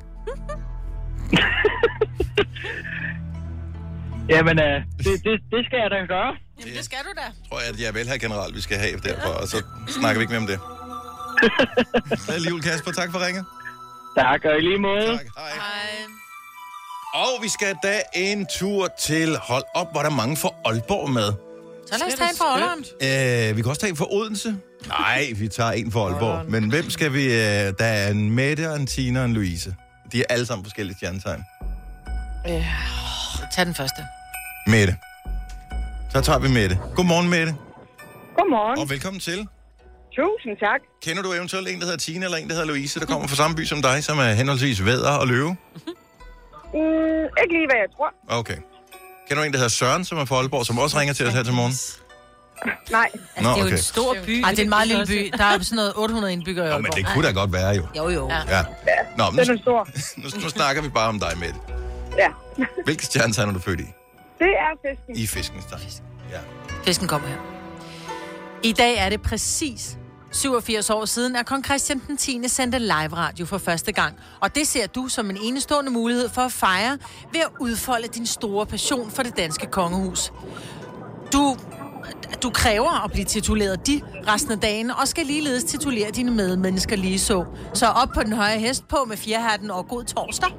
Speaker 13: Jamen, øh, det, det, det skal jeg da gøre.
Speaker 2: Jamen, det skal du da.
Speaker 1: Tror jeg, at jeg vel har generelt, vi skal have derfor, og så snakker vi ikke mere om det. Glædelig jul, Kasper. Tak for ringet.
Speaker 13: Tak, og i lige måde.
Speaker 1: Tak, hej. hej. Og vi skal da en tur til, hold op, hvor der er mange fra Aalborg med.
Speaker 2: Så lad os tage en fra Aalborg.
Speaker 1: Øh, vi kan også tage en fra Odense. Nej, vi tager en fra Aalborg. Men hvem skal vi... Øh, der er en Mette, en Tina og en Louise. De er alle sammen forskellige stjernetegn.
Speaker 2: Øh, tag den første.
Speaker 1: Mette. Så tager vi Mette. Godmorgen, Mette.
Speaker 12: Godmorgen.
Speaker 1: Og velkommen til.
Speaker 12: Tusind tak.
Speaker 1: Kender du eventuelt en, der hedder Tina, eller en, der hedder Louise, der kommer fra samme by som dig, som er henholdsvis vædder og løve?
Speaker 12: Mm, ikke lige, hvad jeg tror.
Speaker 1: Okay. Kender du en, der hedder Søren, som er fra Aalborg, som også ringer til os her til morgen?
Speaker 12: Nej.
Speaker 1: Nå, okay.
Speaker 2: Det er jo en stor by. Ej, det er en meget lille by. Der er sådan noget otte hundrede indbyggere i
Speaker 1: Nå,
Speaker 2: Aalborg.
Speaker 1: men det kunne da godt være, jo.
Speaker 2: Jo, jo. Ja.
Speaker 1: Ja. Nå, men
Speaker 12: Den er stor.
Speaker 1: nu, nu snakker vi bare om dig, Mette.
Speaker 12: Ja.
Speaker 1: Hvilke stjernetegn er du født i?
Speaker 12: Det er fisken.
Speaker 1: I fiskens tegn. Ja.
Speaker 2: Fisken kommer her. I dag er det præcis syvogfirs år siden, at kong Christian den tiende sendte live radio for første gang. Og det ser du som en enestående mulighed for at fejre ved at udfolde din store passion for det danske kongehus. Du, du kræver at blive tituleret de resten af dagen, og skal ligeledes titulere dine medmennesker lige så. Så op på den høje hest, på med fjerhatten og god torsdag.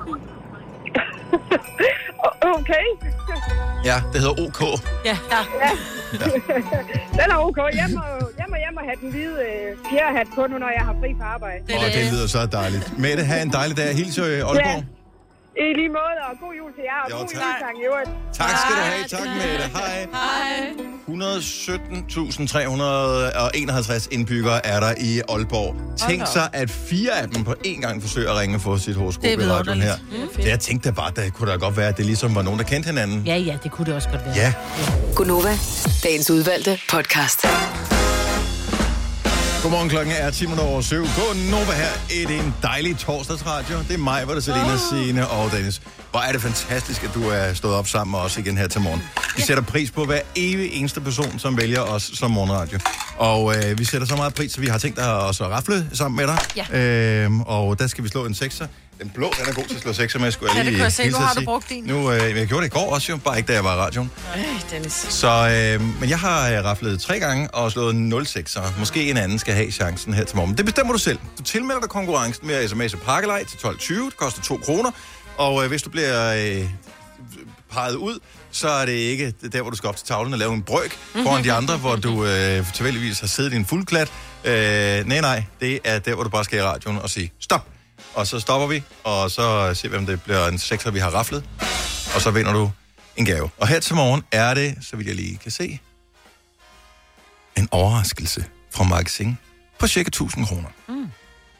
Speaker 12: Okay.
Speaker 1: Ja, det hedder O K.
Speaker 2: Ja,
Speaker 12: ja. ja. Den er ok. Jeg må, jeg må, jeg må have den hvide øh, fjerhat på nu, når jeg har fri på arbejde.
Speaker 1: Det, og det lyder så dejligt. Mette, have en dejlig dag. Hils i Aalborg.
Speaker 12: Ja. I lige måde, og god jul til jer, og
Speaker 1: jo,
Speaker 12: god
Speaker 1: tak.
Speaker 12: julesang i øvrigt.
Speaker 1: Tak skal du have. Tak, Mette. Hej.
Speaker 2: Hej.
Speaker 1: et hundrede og sytten tusind tre hundrede og enoghalvtreds indbyggere er der i Aalborg. Tænk sig, at fire af dem på én gang forsøger at ringe og få sit horoskop i radioen her. Så jeg tænkte da bare, det kunne da godt være, at det ligesom var nogen, der kendte hinanden.
Speaker 4: Ja, ja, det kunne det også godt være.
Speaker 1: Ja.
Speaker 14: Gonova, dagens udvalgte podcast.
Speaker 1: Godmorgen, klokken er ti minutter over syv. Gonova her. Det er en dejlig torsdagsradio. Det er mig, hvor der Selina, oh. Signe og Dennis. Hvor er det fantastisk, at du er stået op sammen med os igen her til morgen. Vi sætter pris på hver evig eneste person, som vælger os som morgenradio. Og øh, vi sætter så meget pris, så vi har tænkt os at rafle sammen med dig.
Speaker 2: Ja.
Speaker 1: Øhm, og der skal vi slå en sekser. Den blå, den er god til at slå sekser med, skulle jeg
Speaker 2: Ja,
Speaker 1: lige
Speaker 2: det kunne jeg se.
Speaker 1: hilse
Speaker 2: Nu
Speaker 1: at
Speaker 2: har du
Speaker 1: sige.
Speaker 2: brugt din.
Speaker 1: Nu, øh, jeg gjorde det i går også jo, bare ikke da jeg var i radioen.
Speaker 5: Ej, Dennis.
Speaker 1: Så, øh, men jeg har øh, raflet tre gange og slået nul sekser. Måske en anden skal have chancen her til morgen. Det bestemmer du selv. Du tilmelder dig konkurrencen med at sms'e pakkelej til tolv tyve. Det koster to kroner. Og øh, hvis du bliver øh, peget ud, så er det ikke der, hvor du skal op til tavlen og lave en brøk foran de andre, hvor du øh, tilfældigvis har siddet i en fuldklat. Øh, nej, nej. Det er der, hvor du bare skal i radioen og sige stop. Og så stopper vi, og så ser vi, om det bliver en sekser, vi har raflet. Og så vinder du en gave. Og her til morgen er det, så vidt jeg lige kan se, en overraskelse fra Magasin på cirka tusind kroner.
Speaker 2: Mm.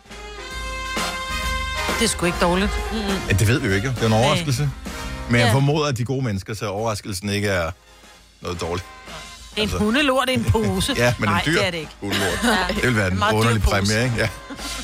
Speaker 2: Det er sgu ikke dårligt. Mm-hmm.
Speaker 1: Ja, det ved vi jo ikke. Det er en overraskelse. Men jeg formoder, at de gode mennesker, så overraskelsen ikke er noget dårligt.
Speaker 2: En altså. hundelort i en pose.
Speaker 1: Ja, men
Speaker 2: nej,
Speaker 1: en dyr
Speaker 2: det er det ikke.
Speaker 1: hundelort. Ja. Det vil være en underlig præmie, ikke? Ja.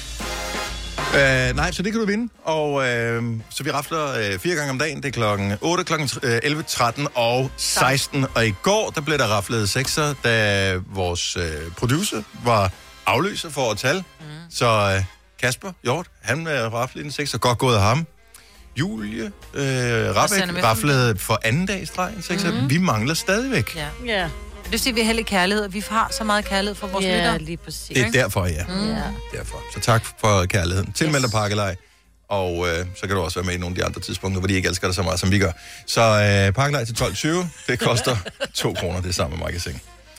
Speaker 1: Uh, nej, så det kan du vinde. Og uh, så vi rafler uh, fire gange om dagen. Det er klokken otte, klokken elleve, tretten og seksten. Og i går, der blev der raflet sekser, da vores uh, producer var afløser for at tale. Mm. Så uh, Kasper Hjort, han uh, raflede en sekser. Godt gået af ham. Julie uh, Rabeck raflede for anden dag i streg en sekser. Mm. Vi mangler stadigvæk.
Speaker 2: Ja. Ja. Det siger vi er heldig kærlighed, og vi har så meget kærlighed for vores
Speaker 4: ja,
Speaker 2: lytter.
Speaker 4: Ja, lige præcis.
Speaker 1: Det er derfor, ja. Mm. ja. Derfor. Så tak for kærligheden. Tilmeld dig yes. Pakkelej, og øh, så kan du også være med i nogle af de andre tidspunkter, hvor de ikke elsker dig så meget, som vi gør. Så øh, Pakkelej til tolv tyve, det koster to kroner, det er samme med Magasin.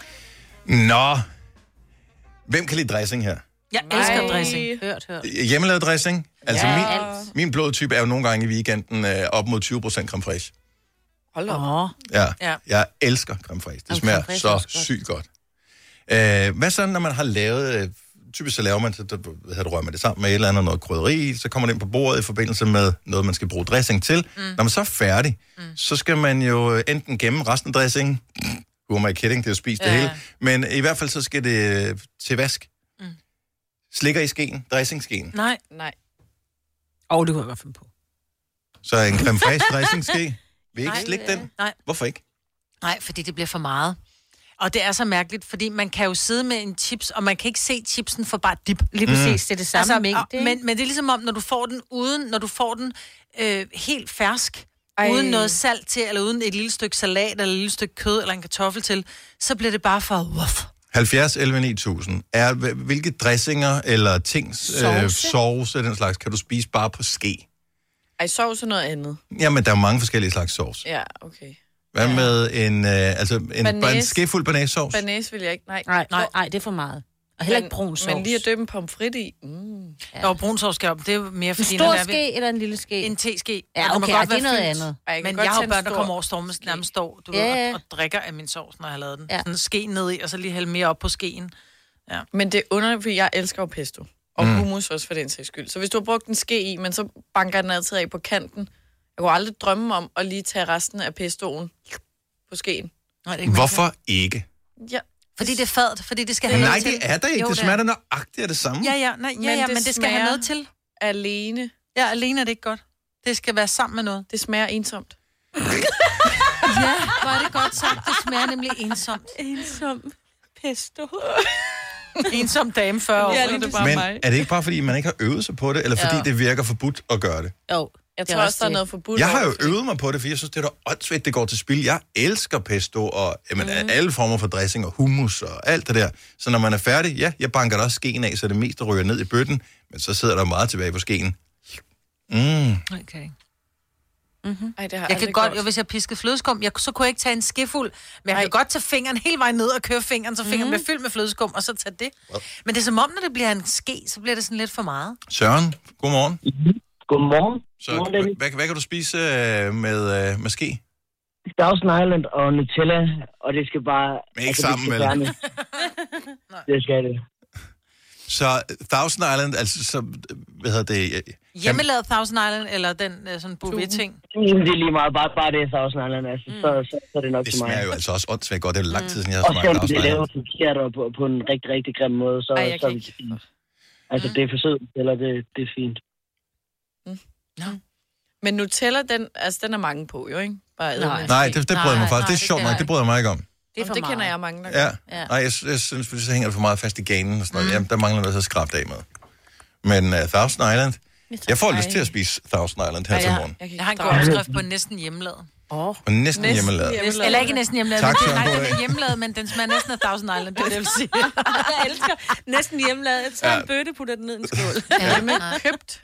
Speaker 1: Nå, hvem kan lide dressing her?
Speaker 2: Jeg elsker Nej. dressing.
Speaker 4: Hørt, hørt.
Speaker 1: Hjemmelavet dressing? Altså
Speaker 2: ja.
Speaker 1: min, min blodtype er jo nogle gange i weekenden øh, op mod tyve procent creme fraiche.
Speaker 5: Hold op.
Speaker 1: Ja, ja, jeg elsker creme fraiche. Det smager så sygt godt. Øh, hvad så, når man har lavet... Øh, typisk så laver man, så hvad rører man det sammen med et eller andet, noget krydderi, så kommer det ind på bordet i forbindelse med noget, man skal bruge dressing til. Mm. Når man så er færdig, mm. så skal man jo enten gemme resten af dressingen. Who am I kidding? Det er jo spist ja. det hele. Men i hvert fald så skal det til vask. Mm. Slikker i skeen, dressingskeen.
Speaker 2: Nej.
Speaker 5: Nej.
Speaker 2: Åh, oh, det kunne jeg godt finde på.
Speaker 1: Så en creme fraiche dressingske. Vil I ikke
Speaker 2: Nej,
Speaker 1: slikke
Speaker 2: ja.
Speaker 1: den?
Speaker 2: Nej.
Speaker 1: Hvorfor ikke?
Speaker 2: Nej, fordi det bliver for meget. Og det er så mærkeligt, fordi man kan jo sidde med en chips, og man kan ikke se chipsen for bare dip.
Speaker 4: Lige præcis, mm. det er det samme altså, mængde.
Speaker 2: Men, men det er ligesom om, når du får den uden, når du får den øh, helt fersk, Ej. uden noget salt til, eller uden et lille stykke salat, eller et lille stykke kød, eller en kartoffel til, så bliver det bare for wuff.
Speaker 1: halvfjerds elleve ni tusind. Er, hvilke dressinger eller ting, sauce, øh, sauce den slags, kan du spise bare på ske?
Speaker 5: Ej, sovs er noget andet.
Speaker 1: Jamen, der er mange forskellige slags sauce.
Speaker 5: Ja, okay.
Speaker 1: Hvad ja. med en, øh, altså en, en skefuld banæssauce?
Speaker 5: Banæs vil jeg ikke, nej.
Speaker 4: Nej, nej, nej, det er for meget. Og heller ikke brun sovs.
Speaker 5: Men lige at døbe en pomfrit i. Mm.
Speaker 2: Ja. Der var brun sovs, skal op. Det er mere fordi...
Speaker 4: En stor ske eller en lille ske?
Speaker 2: En teske.
Speaker 4: Ja, okay, godt det er noget fyldt. andet.
Speaker 5: Ej,
Speaker 2: men jeg har jo børn, der kommer over stormen, nærmest står, du
Speaker 4: ja.
Speaker 2: ved, og, og drikker af min sovs, når jeg har lavet den. Ja. Sådan en ske ned i, og så lige hælde mere op på skeen.
Speaker 5: Ja. Men det er underligt, fordi jeg elsker jo pesto. Og mm. hummus også for den sags skyld. Så hvis du har brugt en ske i, men så banker den altid af på kanten. Jeg kunne aldrig drømme om at lige tage resten af pestoen på skeen.
Speaker 2: Nej, det er ikke
Speaker 1: Hvorfor ikke?
Speaker 5: Ja.
Speaker 2: Fordi det er fadt, fordi det skal have
Speaker 1: Nej,
Speaker 2: noget til.
Speaker 1: Nej, det er der ikke. Jo, det smager da nøjagtigt af det samme.
Speaker 2: Ja, ja, nej, ja, ja, men, det, men det skal have noget til.
Speaker 5: Alene.
Speaker 2: Ja, alene er det ikke godt. Det skal være sammen med noget.
Speaker 5: Det smager ensomt.
Speaker 2: Ja, hvor er det godt sagt. Det smager nemlig ensomt.
Speaker 4: Ensom pesto.
Speaker 2: Ensom dame fyrre år.
Speaker 5: Ja, det er bare
Speaker 1: men
Speaker 5: mig.
Speaker 1: er det ikke bare, fordi man ikke har øvet sig på det, eller fordi ja. det virker forbudt at gøre det?
Speaker 4: Jo.
Speaker 5: Jeg tror også, der er noget forbudt.
Speaker 1: Jeg har jo øvet mig på det, for jeg synes, det er da åndssvagt, det går til spil. Jeg elsker pesto og jamen, mm. alle former for dressing og hummus og alt det der. Så når man er færdig, ja, jeg banker da også skeen af, så det meste ryger ned i bøtten, men så sidder der meget tilbage på skeen. Mm.
Speaker 2: Okay. Mm-hmm. Ej, det har jeg kan godt, jo, hvis jeg piskede flødeskum, jeg, så kunne jeg ikke tage en skefuld, men jeg Ej. kan godt tage fingeren hele vejen ned og køre fingeren, så fingeren mm-hmm. bliver fyldt med flødeskum, og så tage det. What? Men det er som om, når det bliver en ske, så bliver det sådan lidt for meget.
Speaker 1: Søren, godmorgen.
Speaker 13: Mm-hmm. Godmorgen.
Speaker 1: Så Godmorgen, hvad, hvad kan du spise øh, med, øh, med ske?
Speaker 13: Thousand Island og Nutella, og det skal bare...
Speaker 1: Men ikke altså, sammen, vel?
Speaker 13: Det skal det.
Speaker 1: Så Thousand Island, altså, så, hvad hedder det?
Speaker 2: Hjemmelavet Thousand Island, eller den øh, sådan bouvet-ting?
Speaker 13: Det er lige meget, bare, bare det er Thousand Island, altså, mm. så, så, så er det nok
Speaker 1: det
Speaker 13: til mig.
Speaker 1: Det smager jo altså også åndssvagt godt, det er lang tid siden, jeg har smagt Thousand Island. Og
Speaker 13: selvom det laver forkert og på, på en rigtig, rigtig grim måde, så,
Speaker 5: Ej,
Speaker 13: så er det fint. Altså, mm. det er for sødt, eller det, det er fint.
Speaker 5: Mm. No. Men Nutella, den, altså, den er mange på, jo, ikke? Bare
Speaker 1: nej, nej det, det bryder mig faktisk. Det er sjovt nok, det bryder mig ikke om.
Speaker 5: Det, er for det kender jeg mange, der
Speaker 1: ja. ja. Nej, jeg, jeg synes, fordi så hænger det for meget fast i ganen og sådan noget. Mm. Jamen, der mangler noget, så skrabt af med. Men uh, Thousand Island, jeg får lyst til at spise Thousand Island her ja, til morgen.
Speaker 2: Jeg, jeg har en god opskrift på næsten hjemmelavet.
Speaker 1: Oh. Og næsten, næsten hjemmelavet.
Speaker 2: hjemmelavet. Eller ikke næsten hjemmelavet. Tak, men, nej, den er hjemmelavet, men den smager næsten af Thousand Island, det er det, jeg vil sige.
Speaker 4: Jeg elsker næsten hjemmelavet. Jeg tager ja. en bøtte, putter den ned i en skål.
Speaker 5: Ja, men købt.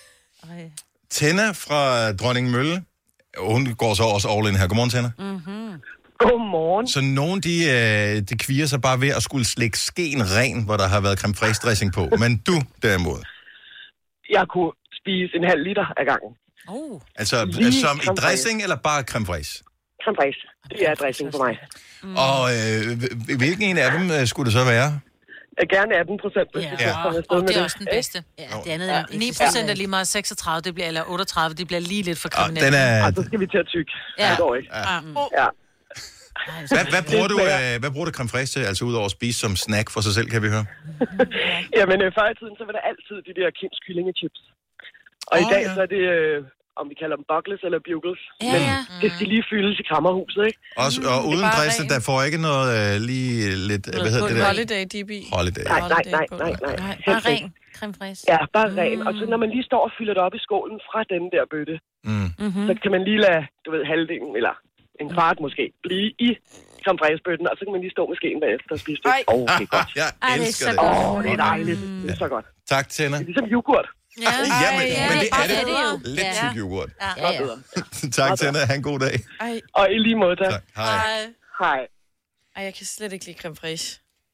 Speaker 1: Tenna fra Dronning Mølle. Hun går så også all in her. Godmorgen, Tenna.
Speaker 13: Mm-hmm. Godmorgen.
Speaker 1: Så nogen, de, øh, de kvier sig bare ved at skulle slikke skeen ren, hvor der har været creme fraiche dressing på. Men du, derimod?
Speaker 13: Jeg kunne spise en halv liter ad gangen.
Speaker 2: Oh.
Speaker 1: Altså, som i dressing eller bare creme fraiche?
Speaker 15: creme fraiche. Det er dressing for mig.
Speaker 1: Mm. Og øh, hvilken en af dem øh, skulle det så være?
Speaker 15: Gerne atten procent.
Speaker 2: Ja, ja. Og, og det er også den bedste. Ja, det andet er ni procent er lige meget seksogtredive, det bliver, eller otteogtredive, det bliver lige lidt for kriminelt.
Speaker 1: Den er...
Speaker 15: Og så skal vi til at tykke.
Speaker 2: Ja.
Speaker 15: Det går ikke.
Speaker 1: Ja.
Speaker 15: Ja.
Speaker 1: Hvad, hvad, bruger du, øh, hvad bruger du creme fraiche til, altså udover at spise som snack for sig selv, kan vi høre?
Speaker 15: Jamen, øh, før i tiden, så var der altid de der Kims kyllingechips. Og oh, i dag, ja. så er det, øh, om vi kalder dem buckles eller bugles.
Speaker 2: Ja,
Speaker 15: men
Speaker 2: ja.
Speaker 15: det skal lige fyldes i krammerhuset, ikke?
Speaker 1: Også, og uden dresse, der får ikke noget øh, lige lidt, noget hvad hedder det der?
Speaker 5: Holiday D B.
Speaker 1: Holiday.
Speaker 15: Nej, nej, nej, nej, nej.
Speaker 4: nej bare ren creme fraiche.
Speaker 15: Ja, bare mm. ren. Og så når man lige står og fylder det op i skålen fra den der bøtte,
Speaker 1: mm.
Speaker 15: mm-hmm. så kan man lige lade, du ved, halvdelen, eller en kvart måske, blive i creme fraiche-bøtten, og så kan man lige stå med skeen bagefter og spise det. Åh, oh, det er godt.
Speaker 1: Jeg elsker det.
Speaker 15: Åh, oh, det er dejligt. Mm. Det er så godt.
Speaker 1: Tak, Tænder.
Speaker 15: Det er ligesom yoghurt.
Speaker 2: Ja,
Speaker 1: ja, men,
Speaker 2: ja,
Speaker 1: men det er det.
Speaker 2: det er jo.
Speaker 1: Lidt
Speaker 2: Ja.
Speaker 1: tyk yoghurt.
Speaker 2: Ja, ja, ja.
Speaker 1: Tak, Tænder. Ha' en god dag.
Speaker 5: Ej.
Speaker 15: Og i lige måde, tak.
Speaker 1: tak. Hej.
Speaker 15: Hej.
Speaker 5: Ej, jeg kan slet ikke lide creme fraiche.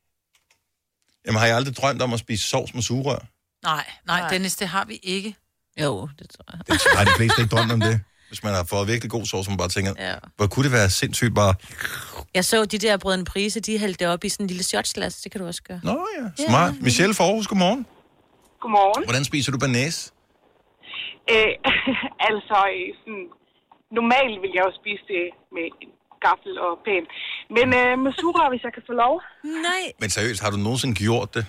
Speaker 1: Jamen, har jeg aldrig drømt om at spise sovs med sugerør?
Speaker 2: Nej, nej, Dennis, det har vi ikke.
Speaker 4: Jo, det tror jeg.
Speaker 1: Det har de fleste ikke drømt om det. Hvis man har fået virkelig god sovs, som man bare tænker,
Speaker 4: Ja.
Speaker 1: hvor kunne det være sindssygt bare...
Speaker 4: Jeg så de der Brødrene Price, de hældte det op i sådan en lille shotsglas. Det kan du også gøre.
Speaker 1: Nå ja, smart. Ja. Michelle fra Aarhus, godmorgen.
Speaker 16: Godmorgen.
Speaker 1: Hvordan spiser du banæs?
Speaker 16: Øh, altså, sådan, normalt vil jeg jo spise det med en gaffel og pæn. Men øh, med sugerør, hvis jeg kan få lov.
Speaker 4: Nej.
Speaker 1: Men seriøst, har du nogensinde gjort det?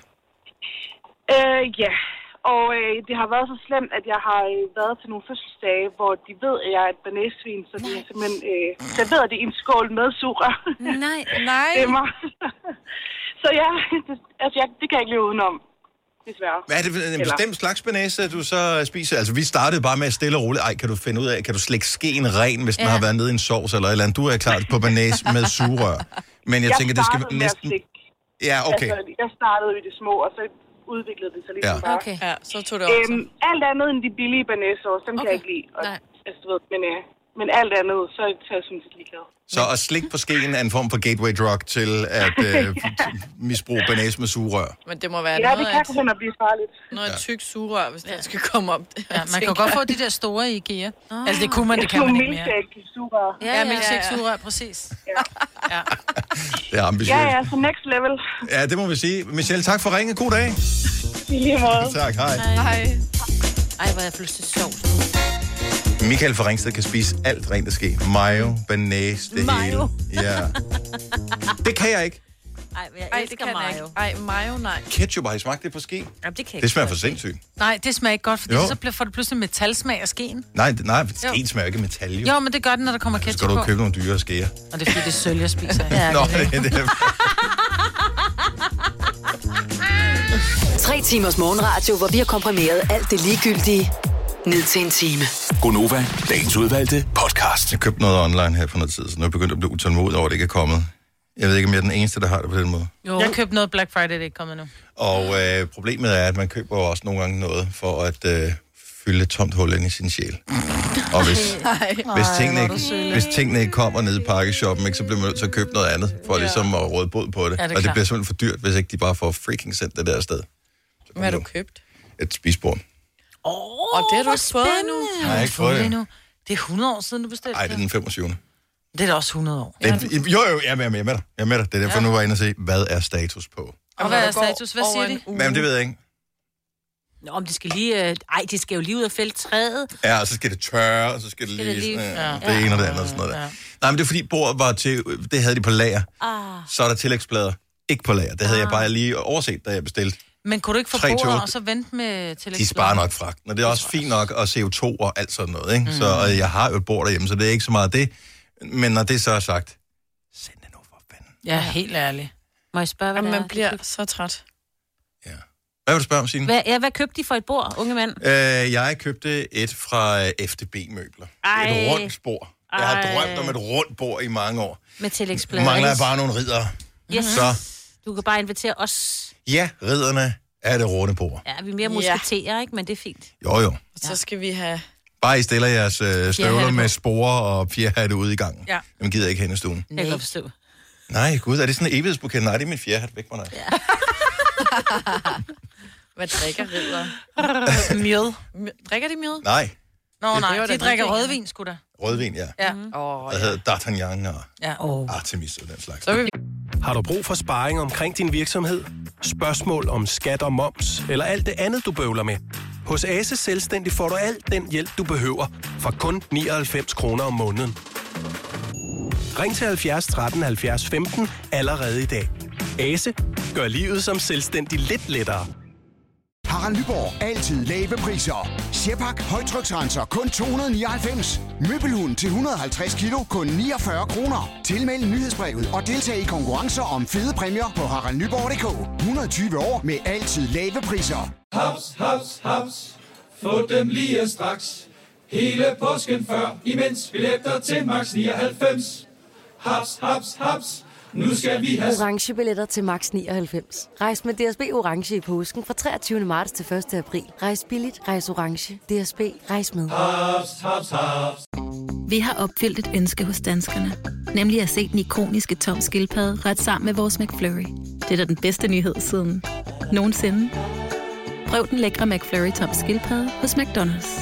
Speaker 16: Øh, ja. Og øh, det har været så slemt, at jeg har øh, været til nogle fødselsdage, hvor de ved, at jeg er et banæssvin, så de har simpelthen øh, serveret det i en skål med sugerør.
Speaker 4: Nej,
Speaker 5: nej.
Speaker 16: Det er mig. Så ja, det, altså, jeg, det kan jeg ikke leve udenom. Desværre.
Speaker 1: Hvad er det for en bestemt slags banæse, du så spiser? Altså, vi startede bare med at stille og roligt. Ej, kan du finde ud af, kan du slække skeen ren, hvis den ja. har været nede i en sovs eller et eller andet? Du er klar på banæs med sugerør. Men jeg,
Speaker 16: jeg
Speaker 1: tænker, det skal næsten... Ja, okay.
Speaker 16: Altså, jeg startede i det små, og så udviklede det sig ligesom
Speaker 1: ja.
Speaker 16: bare.
Speaker 4: Okay.
Speaker 5: Ja, så tog det også.
Speaker 16: Øhm, alt andet end de billige banæssauce, dem okay. kan jeg ikke lide. Og, altså, du ved, men, øh, men alt andet, så, så er jeg sådan set ligeglad.
Speaker 1: Så at slikke på skeen er en form for gateway drug til at øh, misbruge banæs med sugerør.
Speaker 5: Men det må være
Speaker 16: ja,
Speaker 5: noget
Speaker 16: det kan simpelthen at blive farligt.
Speaker 5: Noget ja. tyk sugerør, hvis ja. det skal komme op.
Speaker 2: Ja, man kan godt få de der store i IKEA. Oh. Altså, det kunne man, det kan man ikke mere.
Speaker 16: Milkshake-sugerør.
Speaker 2: Ja, ja, milkshake-sugerør, præcis.
Speaker 16: Ja.
Speaker 2: ja.
Speaker 1: Det er ambitiøst.
Speaker 16: Ja, ja, så next level.
Speaker 1: Ja, det må vi sige. Michelle, tak for ringe. God dag.
Speaker 16: I lige måde.
Speaker 1: Tak, hej.
Speaker 5: Hej.
Speaker 4: Ej, hvor er jeg pludselig sjovt nu.
Speaker 1: Michael fra Ringsted kan spise alt rent at ske. Mayo, banæs, det
Speaker 4: Mayo.
Speaker 1: hele. Ja. Det kan jeg ikke.
Speaker 4: Ej, jeg
Speaker 5: Ej,
Speaker 4: elsker
Speaker 5: det kan
Speaker 4: mayo.
Speaker 5: Ej, mayo, nej.
Speaker 1: Ketchup, har I smagt det på ske?
Speaker 4: Jamen, det kan
Speaker 1: Det smager for sindssygt.
Speaker 2: Nej, det smager ikke godt, fordi
Speaker 1: Jo.
Speaker 2: så bliver- får det pludselig metalsmag af skeen.
Speaker 1: Nej, det- nej, skeen smager ikke af metal, jo.
Speaker 2: Jo, men det gør den, når der kommer
Speaker 1: Så
Speaker 2: ketchup
Speaker 1: skal du
Speaker 2: på.
Speaker 1: købe nogle dyre skeer.
Speaker 2: Og det er fordi, det er sølv, jeg spiser.
Speaker 4: Ja,
Speaker 1: Nå,
Speaker 4: det er
Speaker 1: det, det er...
Speaker 14: Tre timers morgenradio, hvor vi har komprimeret alt det ligegyldige ned til en time.
Speaker 6: Gonova, dagens udvalgte podcast.
Speaker 1: Jeg købte noget online her for noget tid, så nu er jeg begyndt at blive utålmodig over, at det ikke er kommet. Jeg ved ikke, om jeg er den eneste, der har det på den måde.
Speaker 2: Jo. Jeg købte noget Black Friday, det er ikke kommet nu.
Speaker 1: Og øh, problemet er, at man køber også nogle gange noget for at øh, fylde et tomt hul ind i sin sjæl. Og hvis, hvis, tingene ikke, hvis tingene ikke kommer ned i pakkeshoppen, ikke, så bliver man nødt til at købe noget andet, for ja. ligesom at råde bod på det.
Speaker 2: Ja, det
Speaker 1: og det
Speaker 2: klart.
Speaker 1: bliver simpelthen for dyrt, hvis ikke de bare får freaking sendt det der sted.
Speaker 5: Hvad har du købt?
Speaker 1: Et spisbord.
Speaker 2: Åh,
Speaker 5: oh, og det har du ikke fået endnu.
Speaker 1: Jeg har ikke fået det endnu.
Speaker 2: Det er hundrede år siden, du bestilte
Speaker 1: Nej, det er den femogtyvende.
Speaker 2: Det er da også hundrede år.
Speaker 1: Det, jo, jo, jeg er med, jeg er med dig. Jeg er med dig. Det er derfor, ja. nu var jeg inde og se, hvad er status på.
Speaker 2: Og hvad er status? Hvad siger de?
Speaker 1: Jamen, det ved jeg ikke.
Speaker 4: Nå, om de skal lige... Øh... Ej, de skal jo lige ud og fælde træet.
Speaker 1: Ja, og så skal det tørre, og så skal det lige...
Speaker 4: det lige-
Speaker 1: Sådan, ja,
Speaker 4: ja.
Speaker 1: det ene og det andet og sådan noget der. Nej, men det er fordi, bordet var til... Det havde de på lager.
Speaker 2: Ah.
Speaker 1: Så er der tillægsplader. Ikke på lager. Det havde jeg bare lige overset, da jeg bestilte.
Speaker 2: Men kunne du ikke få
Speaker 1: Tre til
Speaker 2: bordet
Speaker 1: otte.
Speaker 2: og så vente med tillægsplader?
Speaker 1: De sparer nok fragten, og det er også fint nok, og C O to og alt sådan noget, ikke? Mm. Så og jeg har jo et bord derhjemme, så det er ikke så meget det. Men når det så er sagt,
Speaker 2: Ja, helt ærligt.
Speaker 4: Må jeg spørge, hvad
Speaker 5: Jamen,
Speaker 4: det er?
Speaker 5: man bliver så træt.
Speaker 1: hvad vil du spørge om, Signe?
Speaker 4: Hvad, ja, hvad købte de for et bord, unge mand?
Speaker 1: Øh, jeg købte et fra øh, F D B-møbler.
Speaker 4: Ej.
Speaker 1: Et rundt bord. Jeg har
Speaker 4: Ej.
Speaker 1: drømt om et rundt bord i mange år.
Speaker 4: Med
Speaker 1: Nu
Speaker 4: tillægsplader.
Speaker 1: mangler jeg bare nogle ridder.
Speaker 4: Yes.
Speaker 1: Så
Speaker 4: Du kan bare invitere os.
Speaker 1: ja, ridderne er det runde bord.
Speaker 4: Ja, vi er mere musketerer, ikke? Men det er fint.
Speaker 1: Jo, jo.
Speaker 5: Og så skal vi have...
Speaker 1: Bare I stiller jeres øh, støvler med sporer og fjerhatte ude i gangen.
Speaker 5: Ja.
Speaker 1: Dem gider jeg ikke hen i stuen.
Speaker 4: Jeg kan godt forstå.
Speaker 1: Nej, gud, er det sådan en evighedsbuket? Nej, det er min fjerhat. Væk fra dig. Ja.
Speaker 5: Hvad drikker ridder?
Speaker 2: Mjød.
Speaker 5: Drikker de mjød?
Speaker 1: Nej.
Speaker 2: Nå
Speaker 5: Det
Speaker 2: nej,
Speaker 5: var da
Speaker 2: de drikker
Speaker 5: vikinger.
Speaker 2: rødvin, sgu da.
Speaker 1: Rødvin, ja.
Speaker 5: Ja. Oh,
Speaker 1: Der hedder D'Artagnan og
Speaker 2: ja. oh.
Speaker 1: Artemis og den slags.
Speaker 5: Så vil vi...
Speaker 8: Har du brug for sparring omkring din virksomhed? Spørgsmål om skat og moms, eller alt det andet, du bøvler med? Hos Ase Selvstændig får du alt den hjælp, du behøver, for kun nioghalvfems kroner om måneden. Ring til halvfjerds tretten halvfjerds femten allerede i dag. Ase gør livet som selvstændig lidt lettere.
Speaker 11: Harald Nyborg. Altid lave priser. Sjehpak højtryksrenser kun to hundrede nioghalvfems. Møbelhund til et hundrede og halvtreds kilo kun niogfyrre kroner. Tilmeld nyhedsbrevet og deltag i konkurrencer om fede præmier på harald nyborg punktum d k. et hundrede og tyve år med altid lave priser.
Speaker 17: Haps, haps, haps. Få dem lige straks. Hele påsken før, imens billetter til max nioghalvfems. Haps, haps, haps. Nu skal vi have
Speaker 18: orange billetter til max nioghalvfems. Rejs med D S B Orange i påsken fra treogtyvende marts til første april. Rejs billigt, rejs orange. D S B, rejs med.
Speaker 17: haps, haps, haps.
Speaker 19: Vi har opfyldt et ønske hos danskerne. Nemlig at se den ikoniske Tom Skildpadde ret sammen med vores McFlurry. Det er da den bedste nyhed siden nogensinde. Prøv den lækre McFlurry Tom Skildpadde hos McDonald's.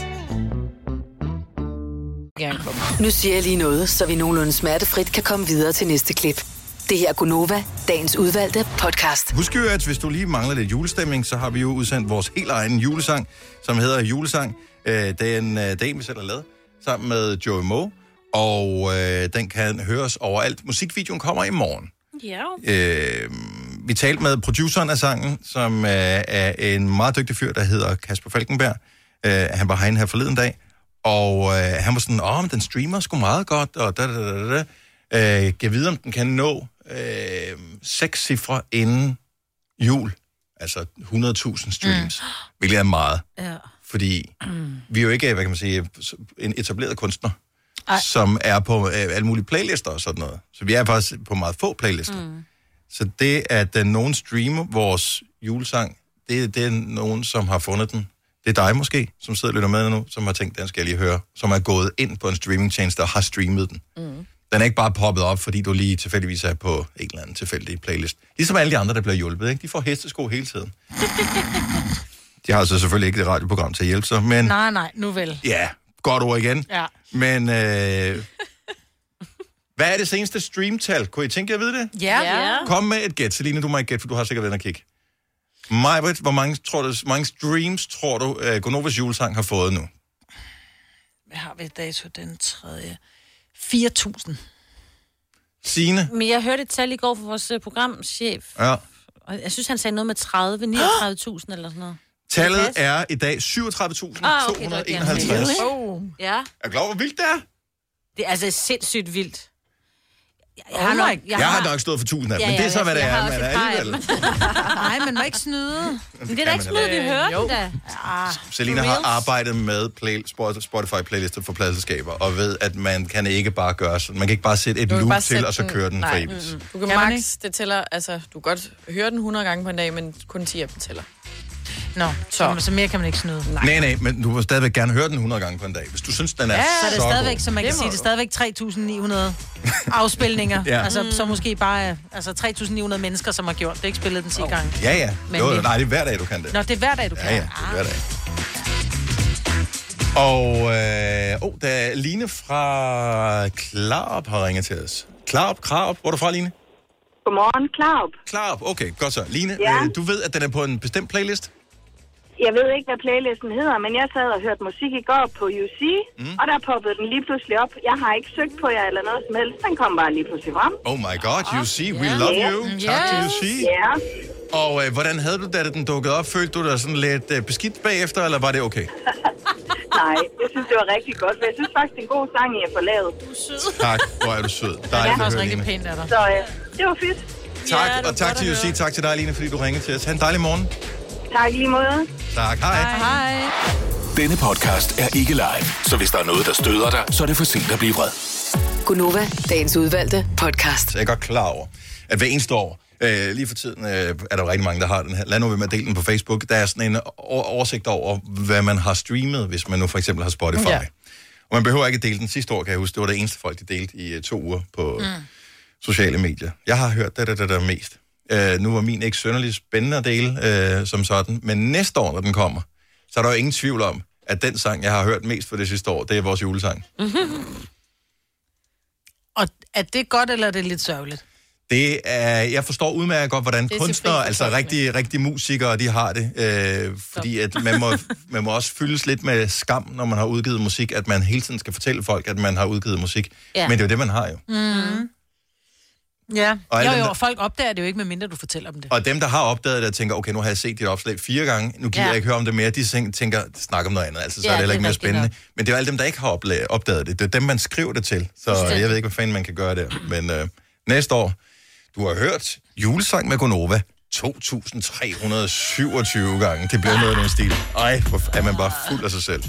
Speaker 14: Nu siger jeg lige noget, så vi nogenlunde smertefrit kan komme videre til næste klip. Det her er Gunova, dagens udvalgte podcast.
Speaker 1: Husk jo, at hvis du lige mangler lidt julestemning, så har vi jo udsendt vores helt egen julesang, som hedder Julesang. Det er en dag, vi selv har lavet, sammen med Joey Moe, og øh, den kan høres overalt. Musikvideoen kommer i morgen.
Speaker 4: Ja.
Speaker 1: Øh, vi talte med produceren af sangen, som øh, er en meget dygtig fyr, der hedder Kasper Falkenberg. Øh, han var herinde her forleden dag, og øh, han var sådan, åh, men den streamer sgu meget godt, og da, da, da, da. Øh, kan vide, om den kan nå øh, seks cifre inden jul. Altså hundrede tusind streams, mm. hvilket er meget.
Speaker 2: Ja.
Speaker 1: Fordi mm. vi er jo ikke, hvad kan man sige, en etableret kunstner,
Speaker 2: Ej.
Speaker 1: som er på øh, alle mulige playlister og sådan noget. Så vi er faktisk på meget få playlister. Mm. Så det, at uh, nogen streamer vores julesang, det, det er nogen, som har fundet den. Det er dig måske, som sidder og lytter med nu, som har tænkt, den skal jeg lige høre, som er gået ind på en streamingtjeneste og har streamet den. Mm. Den er ikke bare poppet op, fordi du lige tilfældigvis er på en eller anden tilfældig playlist. Ligesom alle de andre, der bliver hjulpet, ikke? De får hestesko hele tiden. De har så selvfølgelig ikke et radioprogram til at hjælpe sig, men...
Speaker 2: Nej, nej, nu vel.
Speaker 1: Ja, godt ord igen.
Speaker 2: Ja.
Speaker 1: Men øh... hvad er det seneste streamtal? Kunne I tænke jer at vide det?
Speaker 2: Ja. ja.
Speaker 1: Kom med et gæt. Selina, du må ikke gætte, for du har sikkert været at kigge. Majbrit, hvor mange, tror du, mange streams tror du, uh, Gonovas julesang har fået nu?
Speaker 2: Hvad har vi dato den tredje? fire tusind.
Speaker 1: Signe?
Speaker 4: Men jeg hørte et tal i går fra vores programchef.
Speaker 1: Ja.
Speaker 4: Og jeg synes, han sagde noget med tredive, niogtredive tusind eller sådan noget.
Speaker 1: Tallet er i dag syvogtredive tusind to hundrede og enoghalvtreds.
Speaker 4: Ah, okay, oh. Ja.
Speaker 1: Er du klar, hvor vildt det er?
Speaker 4: Det er altså sindssygt vildt. Jeg
Speaker 2: har,
Speaker 4: oh
Speaker 2: nok,
Speaker 4: jeg,
Speaker 1: jeg har, har nok stået for tusind af dem, ja, ja, men det er så, hvad det er. Men er alligevel.
Speaker 2: Nej, men må ikke snyde.
Speaker 4: Men det er da ikke snyde, vi hører den da.
Speaker 2: Ah,
Speaker 1: Selina har arbejdet med play, Spotify-playlister for pladselskaber, og ved, at man kan ikke bare gøre sådan. Man kan ikke bare sætte et loop til, og så køre den for evigt.
Speaker 5: Mm-hmm. Du kan, kan max, det tæller, altså, du kan godt høre den hundrede gange på en dag, men kun ti af dem tæller.
Speaker 2: Nå, så, så mere kan man ikke snyde.
Speaker 1: Nej. nej, nej, men du vil stadigvæk gerne høre den hundrede gange på en dag. Hvis du synes, den er
Speaker 2: ja,
Speaker 1: så
Speaker 2: så er det stadigvæk,
Speaker 1: god.
Speaker 2: som man kan sige, det er stadigvæk tre tusind ni hundrede afspilninger. Ja. Altså,
Speaker 5: Mm.
Speaker 2: så måske bare altså, tre tusind ni hundrede mennesker, som har gjort det. Ikke spillet den ti oh. gange.
Speaker 1: Ja, ja.
Speaker 2: Men,
Speaker 1: jo, nej, det er hver dag, du kan det.
Speaker 2: Nå, det er hver dag, du kan.
Speaker 1: Ja, ja, det er hver dag. Og øh, oh, der er Line fra Klarup har ringet til os. Klarup, Klarup, hvor er du fra, Line?
Speaker 12: Godmorgen, Klarup.
Speaker 1: Klarup, okay, godt så. Line,
Speaker 12: Ja.
Speaker 1: øh, du ved, at den er på en bestemt playlist?
Speaker 12: Jeg ved ikke, hvad playlisten hedder, men jeg sad og hørte musik i går på U C, mm. og der poppede den lige pludselig op. Jeg har ikke søgt på jer eller noget som helst. Den kom bare lige pludselig frem.
Speaker 1: Oh my god, U C, we yeah. love you.
Speaker 12: Yeah.
Speaker 1: Tak til U C.
Speaker 12: Ja.
Speaker 1: Og øh, hvordan havde du, da den dukkede op? Følte du dig sådan lidt øh, beskidt bagefter, eller var det okay?
Speaker 12: Nej, jeg synes, det var rigtig godt, for jeg synes faktisk, det er en god sang, I har fået lavet.
Speaker 2: Du er sød.
Speaker 1: Tak, hvor er du sød.
Speaker 2: Dejligt ja, det er også rigtig
Speaker 1: Line.
Speaker 2: pænt af dig.
Speaker 12: Så øh, det var fedt.
Speaker 1: Tak,
Speaker 12: ja,
Speaker 1: og tak til U C. Tak til dig, Line, fordi du ringede til os. Ha' en dejlig morgen.
Speaker 12: Tak lige måde.
Speaker 1: Tak, hej.
Speaker 2: Hej.
Speaker 6: Denne podcast er ikke live, så hvis der er noget, der støder dig, så er det for sent at blive vred.
Speaker 14: Gunova, dagens udvalgte podcast.
Speaker 1: Så jeg er godt klar over, at hver eneste år, øh, lige for tiden øh, er der rigtig mange, der har den her. Lad nu være med at dele den på Facebook. Der er sådan en oversigt over, hvad man har streamet, hvis man nu for eksempel har Spotify. Ja. Og man behøver ikke at dele den. Sidste år, kan jeg huske, det var det eneste folk, de delte i uh, to uger på mm. sociale medier. Jeg har hørt det, der, der, der mest. Uh, nu var min ikke synderligt spændende at dele uh, som sådan, men næste år, når den kommer, så er der jo ingen tvivl om, at den sang, jeg har hørt mest for det sidste år, det er vores julesang.
Speaker 2: Mm-hmm. Og er det godt, eller er det lidt sørgeligt?
Speaker 1: Det er, jeg forstår udmærket godt, hvordan kunstnere, altså
Speaker 2: folkene.
Speaker 1: rigtige, rigtige musikere, de har det. Øh, fordi at man, må, man må også fyldes lidt med skam, når man har udgivet musik, at man hele tiden skal fortælle folk, at man har udgivet musik.
Speaker 2: Ja.
Speaker 1: Men det er jo det, man har jo.
Speaker 2: Mm. Ja,
Speaker 1: Og
Speaker 2: jo
Speaker 1: alle
Speaker 2: jo,
Speaker 1: dem, der-
Speaker 2: folk opdager det jo ikke, medmindre du fortæller dem det.
Speaker 1: Og dem, der har opdaget det, og tænker, okay, nu har jeg set dit opslag fire gange, nu gider
Speaker 2: Ja.
Speaker 1: jeg ikke høre om det mere, de tænker, tænker snak om noget andet, altså så
Speaker 2: Ja,
Speaker 1: er det heller
Speaker 2: det
Speaker 1: ikke
Speaker 2: er
Speaker 1: mere
Speaker 2: rigtigt
Speaker 1: spændende.
Speaker 2: nok.
Speaker 1: Men det er jo alle dem, der ikke har opla- opdaget det. Det er dem, man skriver det til. Så
Speaker 2: Fuldstændig.
Speaker 1: jeg ved ikke, hvad fanden man kan gøre der. Men øh, næste år, du har hørt julesang med Gonova to tusind tre hundrede syvogtyve gange. Det blev noget af den stil. Ej, hvor er man bare fuld af sig selv.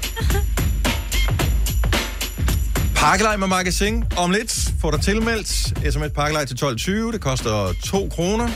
Speaker 1: Pakkelej med Magasin. Om lidt får der tilmeldt sms pakkelej til tolv tyve. Det koster to kroner.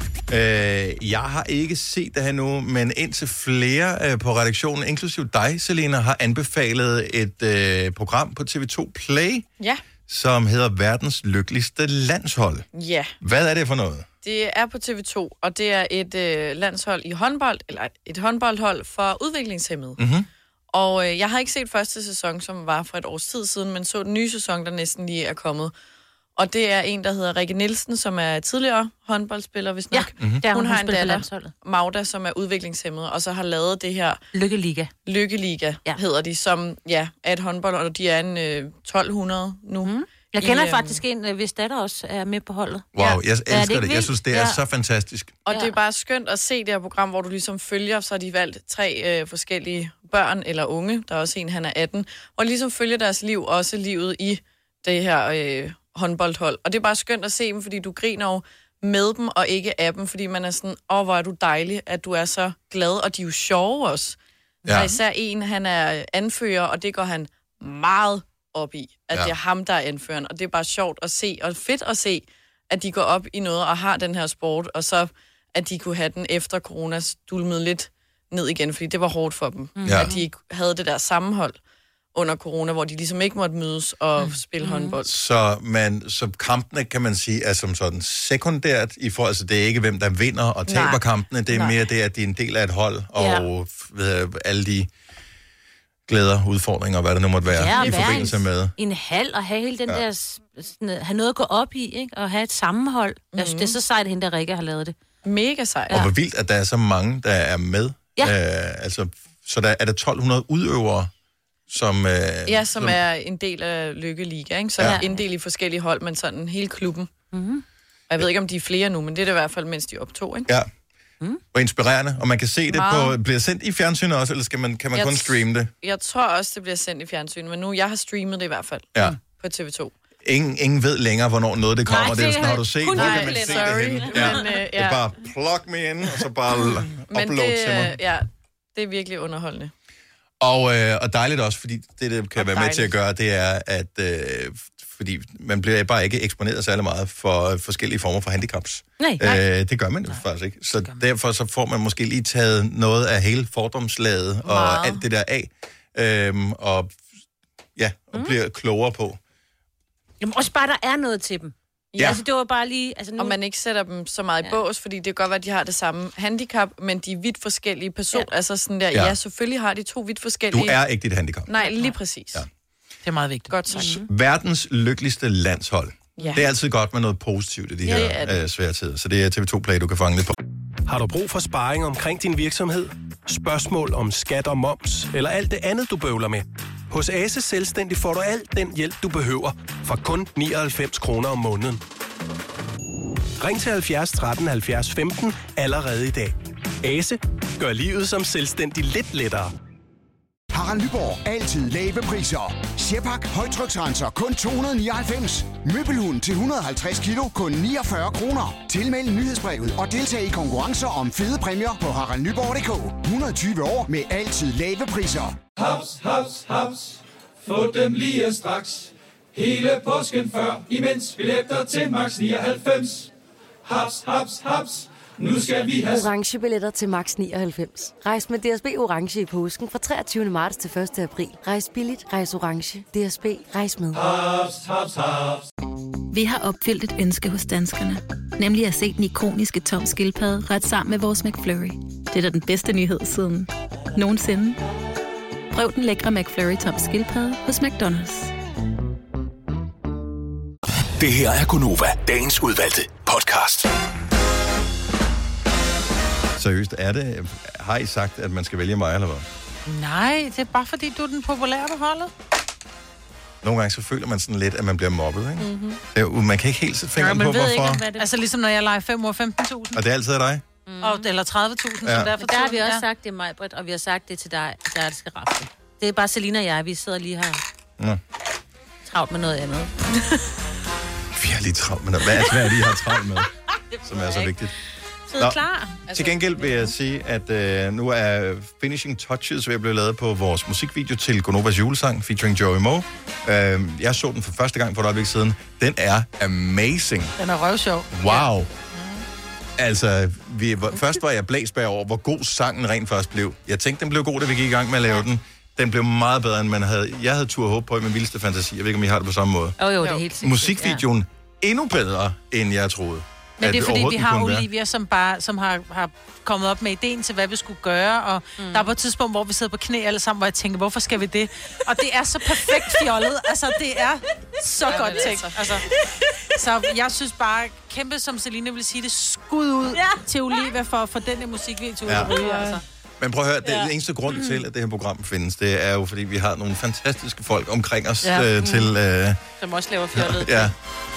Speaker 1: Øh, jeg har ikke set det her nu, men indtil flere øh, på redaktionen, inklusiv dig, Selena, har anbefalet et øh, program på T V to Play,
Speaker 5: Ja,
Speaker 1: som hedder Verdens Lykkeligste Landshold.
Speaker 5: ja.
Speaker 1: Hvad er det for noget?
Speaker 5: Det er på T V to, og det er et øh, landshold i håndbold, eller et håndboldhold for udviklingshæmmede.
Speaker 1: Mm-hmm.
Speaker 5: Og øh, jeg har ikke set første sæson, som var for et års tid siden, men så den nye sæson, der næsten lige er kommet. Og det er en, der hedder Rikke Nielsen, som er tidligere håndboldspiller, hvis nok.
Speaker 4: Ja, mm-hmm. det er hun,
Speaker 5: hun har
Speaker 4: hun
Speaker 5: en
Speaker 4: spiller på
Speaker 5: datter,
Speaker 4: landsholdet.
Speaker 5: Magda, som er udviklingshæmmet, og så har lavet det her...
Speaker 4: Lykkeliga.
Speaker 5: Lykkeliga, ja. hedder de, som ja, er et håndbold, og de er en øh, tolv hundrede nu. Mm.
Speaker 4: Jeg kender I, faktisk en, øh, hvis datter også er med på holdet.
Speaker 1: Wow, jeg
Speaker 5: Ja,
Speaker 1: elsker
Speaker 5: er det
Speaker 1: det.
Speaker 5: ikke
Speaker 1: Jeg
Speaker 5: vildt?
Speaker 1: synes, det er
Speaker 5: Ja.
Speaker 1: så fantastisk.
Speaker 5: Og ja. Det er bare skønt at se det her program, hvor du ligesom følger, så har de valgt tre øh, forskellige børn eller unge. Der er også en, han er atten. Og ligesom følger deres liv, også livet i det her øh, håndboldhold. Og det er bare skønt at se dem, fordi du griner jo med dem og ikke af dem, fordi man er sådan, åh, hvor er du dejlig, at du er så glad, og de er jo sjove også. Ja. Der er især en, han er anfører, og det går han meget op i, at
Speaker 1: Ja.
Speaker 5: ja. det er ham, der er anføreren. Og det er bare sjovt at se, og fedt at se, at de går op i noget og har den her sport, og så at de kunne have den efter corona dulmet lidt ned igen, fordi det var hårdt for dem.
Speaker 1: Ja.
Speaker 5: Mm. At de ikke havde det der sammenhold under corona, hvor de ligesom ikke måtte mødes og mm. spille håndbold.
Speaker 1: Så, man, så kampene, kan man sige, er som sådan sekundært i forhold til, det er ikke, hvem der vinder og taber
Speaker 5: Nej.
Speaker 1: kampene. Det er
Speaker 5: Nej.
Speaker 1: mere det, at de er en del af et hold, og
Speaker 4: Ja.
Speaker 1: ved, alle de glæder, udfordringer, hvad der nu måtte være,
Speaker 4: Ja,
Speaker 1: i
Speaker 4: være
Speaker 1: forbindelse
Speaker 4: en,
Speaker 1: med.
Speaker 4: en hal og have hele den
Speaker 1: Ja.
Speaker 4: ja. der, s- sådan, have noget at gå op i, ikke? Og have et sammenhold. Mm. Jeg synes, det er så sejt, at hende der Rikke har lavet det.
Speaker 5: Mega sejt.
Speaker 1: Og hvor vildt, at der er så mange, der er med.
Speaker 4: Ja.
Speaker 1: Øh, altså, så der er der tolv hundrede udøvere, som... Øh,
Speaker 5: Ja, som er en del af Lykkeliga, ikke? Så
Speaker 1: Ja.
Speaker 5: ja. inddelt i forskellige hold, men sådan hele klubben.
Speaker 4: Mm-hmm.
Speaker 5: Og jeg ved ikke, om de er flere nu, men det er det i hvert fald, mens de optog, ikke?
Speaker 1: Ja. Og inspirerende, og man kan se det
Speaker 5: Meget.
Speaker 1: på... Bliver det sendt i fjernsynet også, eller skal man, kan man
Speaker 5: Jeg
Speaker 1: kun
Speaker 5: t-
Speaker 1: streame det?
Speaker 5: Jeg tror også, det bliver sendt i fjernsyn, men nu, jeg har streamet det i hvert fald
Speaker 1: Ja.
Speaker 5: på T V to.
Speaker 1: Ingen, ingen ved længere, hvornår noget det kommer.
Speaker 5: Nej,
Speaker 1: det er jo
Speaker 5: det
Speaker 1: sådan,
Speaker 5: er
Speaker 1: har du set,
Speaker 5: kun
Speaker 1: hvor kan
Speaker 5: nej,
Speaker 1: man se
Speaker 5: sorry,
Speaker 1: det henne? Ja.
Speaker 5: men, øh,
Speaker 1: Det er
Speaker 5: ja.
Speaker 1: bare plug me in, og så bare
Speaker 5: Men
Speaker 1: upload
Speaker 5: det,
Speaker 1: til mig.
Speaker 5: øh, ja, det er virkelig underholdende.
Speaker 1: Og, øh, og dejligt også, fordi det, det kan
Speaker 5: Og
Speaker 1: være med til
Speaker 5: dejligt.
Speaker 1: at gøre, det er, at øh, fordi man bliver bare ikke eksponeret særlig meget for øh, forskellige former for handicaps.
Speaker 4: Nej.
Speaker 1: Øh, det gør man jo faktisk ikke. Så derfor så får man måske lige taget noget af hele fordomslaget og
Speaker 5: Meget.
Speaker 1: alt det der af, øhm, og ja, og mm. bliver klogere på.
Speaker 4: Jamen, også bare, der er noget til dem.
Speaker 1: Ja.
Speaker 4: Ja. Altså, det var bare lige... Altså, nu...
Speaker 5: Og man ikke sætter dem så meget i
Speaker 4: Ja.
Speaker 5: bås, fordi det kan godt være, at de har det samme handicap, men de er vidt forskellige personer. Ja. Altså sådan der,
Speaker 1: Ja.
Speaker 5: ja. ja, selvfølgelig har de to vidt forskellige...
Speaker 1: Du er ikke dit handicap.
Speaker 5: Nej, lige præcis.
Speaker 1: Ja.
Speaker 2: Det er meget vigtigt.
Speaker 5: Godt sagt. Mm.
Speaker 1: Verdens lykkeligste landshold.
Speaker 5: Ja.
Speaker 1: Det er altid godt med noget positivt i de
Speaker 5: Ja, det
Speaker 1: her
Speaker 5: er det.
Speaker 1: øh, svære tider. Så det er T V to Play, du kan fange lidt på.
Speaker 8: Har du brug for sparring omkring din virksomhed? Spørgsmål om skat og moms, eller alt det andet, du bøvler med? Hos Ase Selvstændig får du alt den hjælp, du behøver, for kun nioghalvfems kroner om måneden. Ring til halvfjerds tretten halvfjerds femten allerede i dag. Ase gør livet som selvstændig lidt lettere.
Speaker 11: Harald Nyborg. Altid lave priser. Sjehpak. Højtryksrenser. Kun to hundrede og nioghalvfems. Møbelhund til et hundrede og halvtreds kilo. Kun niogfyrre kroner. Tilmeld nyhedsbrevet og deltag i konkurrencer om fede præmier på harald nyborg punktum d k. et hundrede og tyve år med altid lave priser.
Speaker 17: Haps, haps, haps. Få dem lige straks. Hele påsken før, imens billetter til max nioghalvfems. Haps, haps, haps. Nu skal vi have...
Speaker 18: Orange billetter til max nioghalvfems. Rejs med D S B Orange i påsken fra treogtyvende marts til første april. Rejs billigt, rejs orange. D S B, rejs med.
Speaker 17: Haps, haps, haps.
Speaker 19: Vi har opfyldt et ønske hos danskerne. Nemlig at se den ikoniske tom skildpadde ret sammen med vores McFlurry. Det er da den bedste nyhed siden nogensinde. Prøv den lækre McFlurry tom skildpadde hos McDonald's.
Speaker 6: Det her er Gunova, dagens udvalgte podcast.
Speaker 1: Seriøst, er det... Har I sagt, at man skal vælge mig, eller hvad?
Speaker 2: Nej, det er bare fordi, du er den populære på holdet.
Speaker 1: Nogle gange så føler man sådan lidt, at man bliver mobbet, ikke?
Speaker 2: Mm-hmm.
Speaker 1: Det er, man kan ikke helt sætte fingeren
Speaker 2: ja,
Speaker 1: på, hvorfor.
Speaker 2: Ikke, hvad det... Altså ligesom når jeg leger fem uger femten tusind.
Speaker 1: Og det er altid dig?
Speaker 2: Mm. Og, eller tredive tusind,
Speaker 1: ja.
Speaker 2: som derfor.
Speaker 4: Der har vi også sagt det, Majbrit, og vi har sagt det til dig, der er det skal rafle. Det er bare Selina og jeg, vi sidder lige her.
Speaker 1: Ja.
Speaker 4: Travlt med noget andet.
Speaker 1: Vi har lige travlt med noget. Hvad er det, I har travlt med, som er så vigtigt?
Speaker 4: Så klar.
Speaker 1: Til gengæld vil jeg sige, at øh, nu er Finishing Touches ved at blive lavet på vores musikvideo til Gonovas julesang, featuring Joey Moe. Øh, jeg så den for første gang for et øjeblik siden. Den er amazing.
Speaker 2: Den er røvsjov.
Speaker 1: Wow. Mm. Altså, vi, først var jeg blæst bagover, hvor god sangen rent først blev. Jeg tænkte, den blev god, da vi gik i gang med at lave den. Den blev meget bedre, end man havde. Jeg havde tur håb på i min vildeste fantasi. Jeg ved ikke, om I har det på samme måde.
Speaker 4: Jo, jo, det er helt sikkert.
Speaker 1: Musikvideoen ja. endnu bedre, end jeg troede.
Speaker 2: Men det er fordi, vi har Olivia, som, bare, som har, har kommet op med ideen til, hvad vi skulle gøre, og mm. der er på et tidspunkt, hvor vi sidder på knæ alle sammen, hvor jeg tænker, hvorfor skal vi det? Og det er så perfekt fjollet. Altså, det er så ja, godt tænkt. Altså. Så jeg synes bare, kæmpe som Selina vil sige det, skud ud ja. til Olivia for, for den her musikvideo. Ja. Altså.
Speaker 1: Men prøv at høre, det
Speaker 2: ja.
Speaker 1: er eneste grund til, at det her program findes, det er jo, fordi vi har nogle fantastiske folk omkring os
Speaker 2: ja.
Speaker 1: øh, til... Øh,
Speaker 4: som også laver fjollet.
Speaker 1: Ja.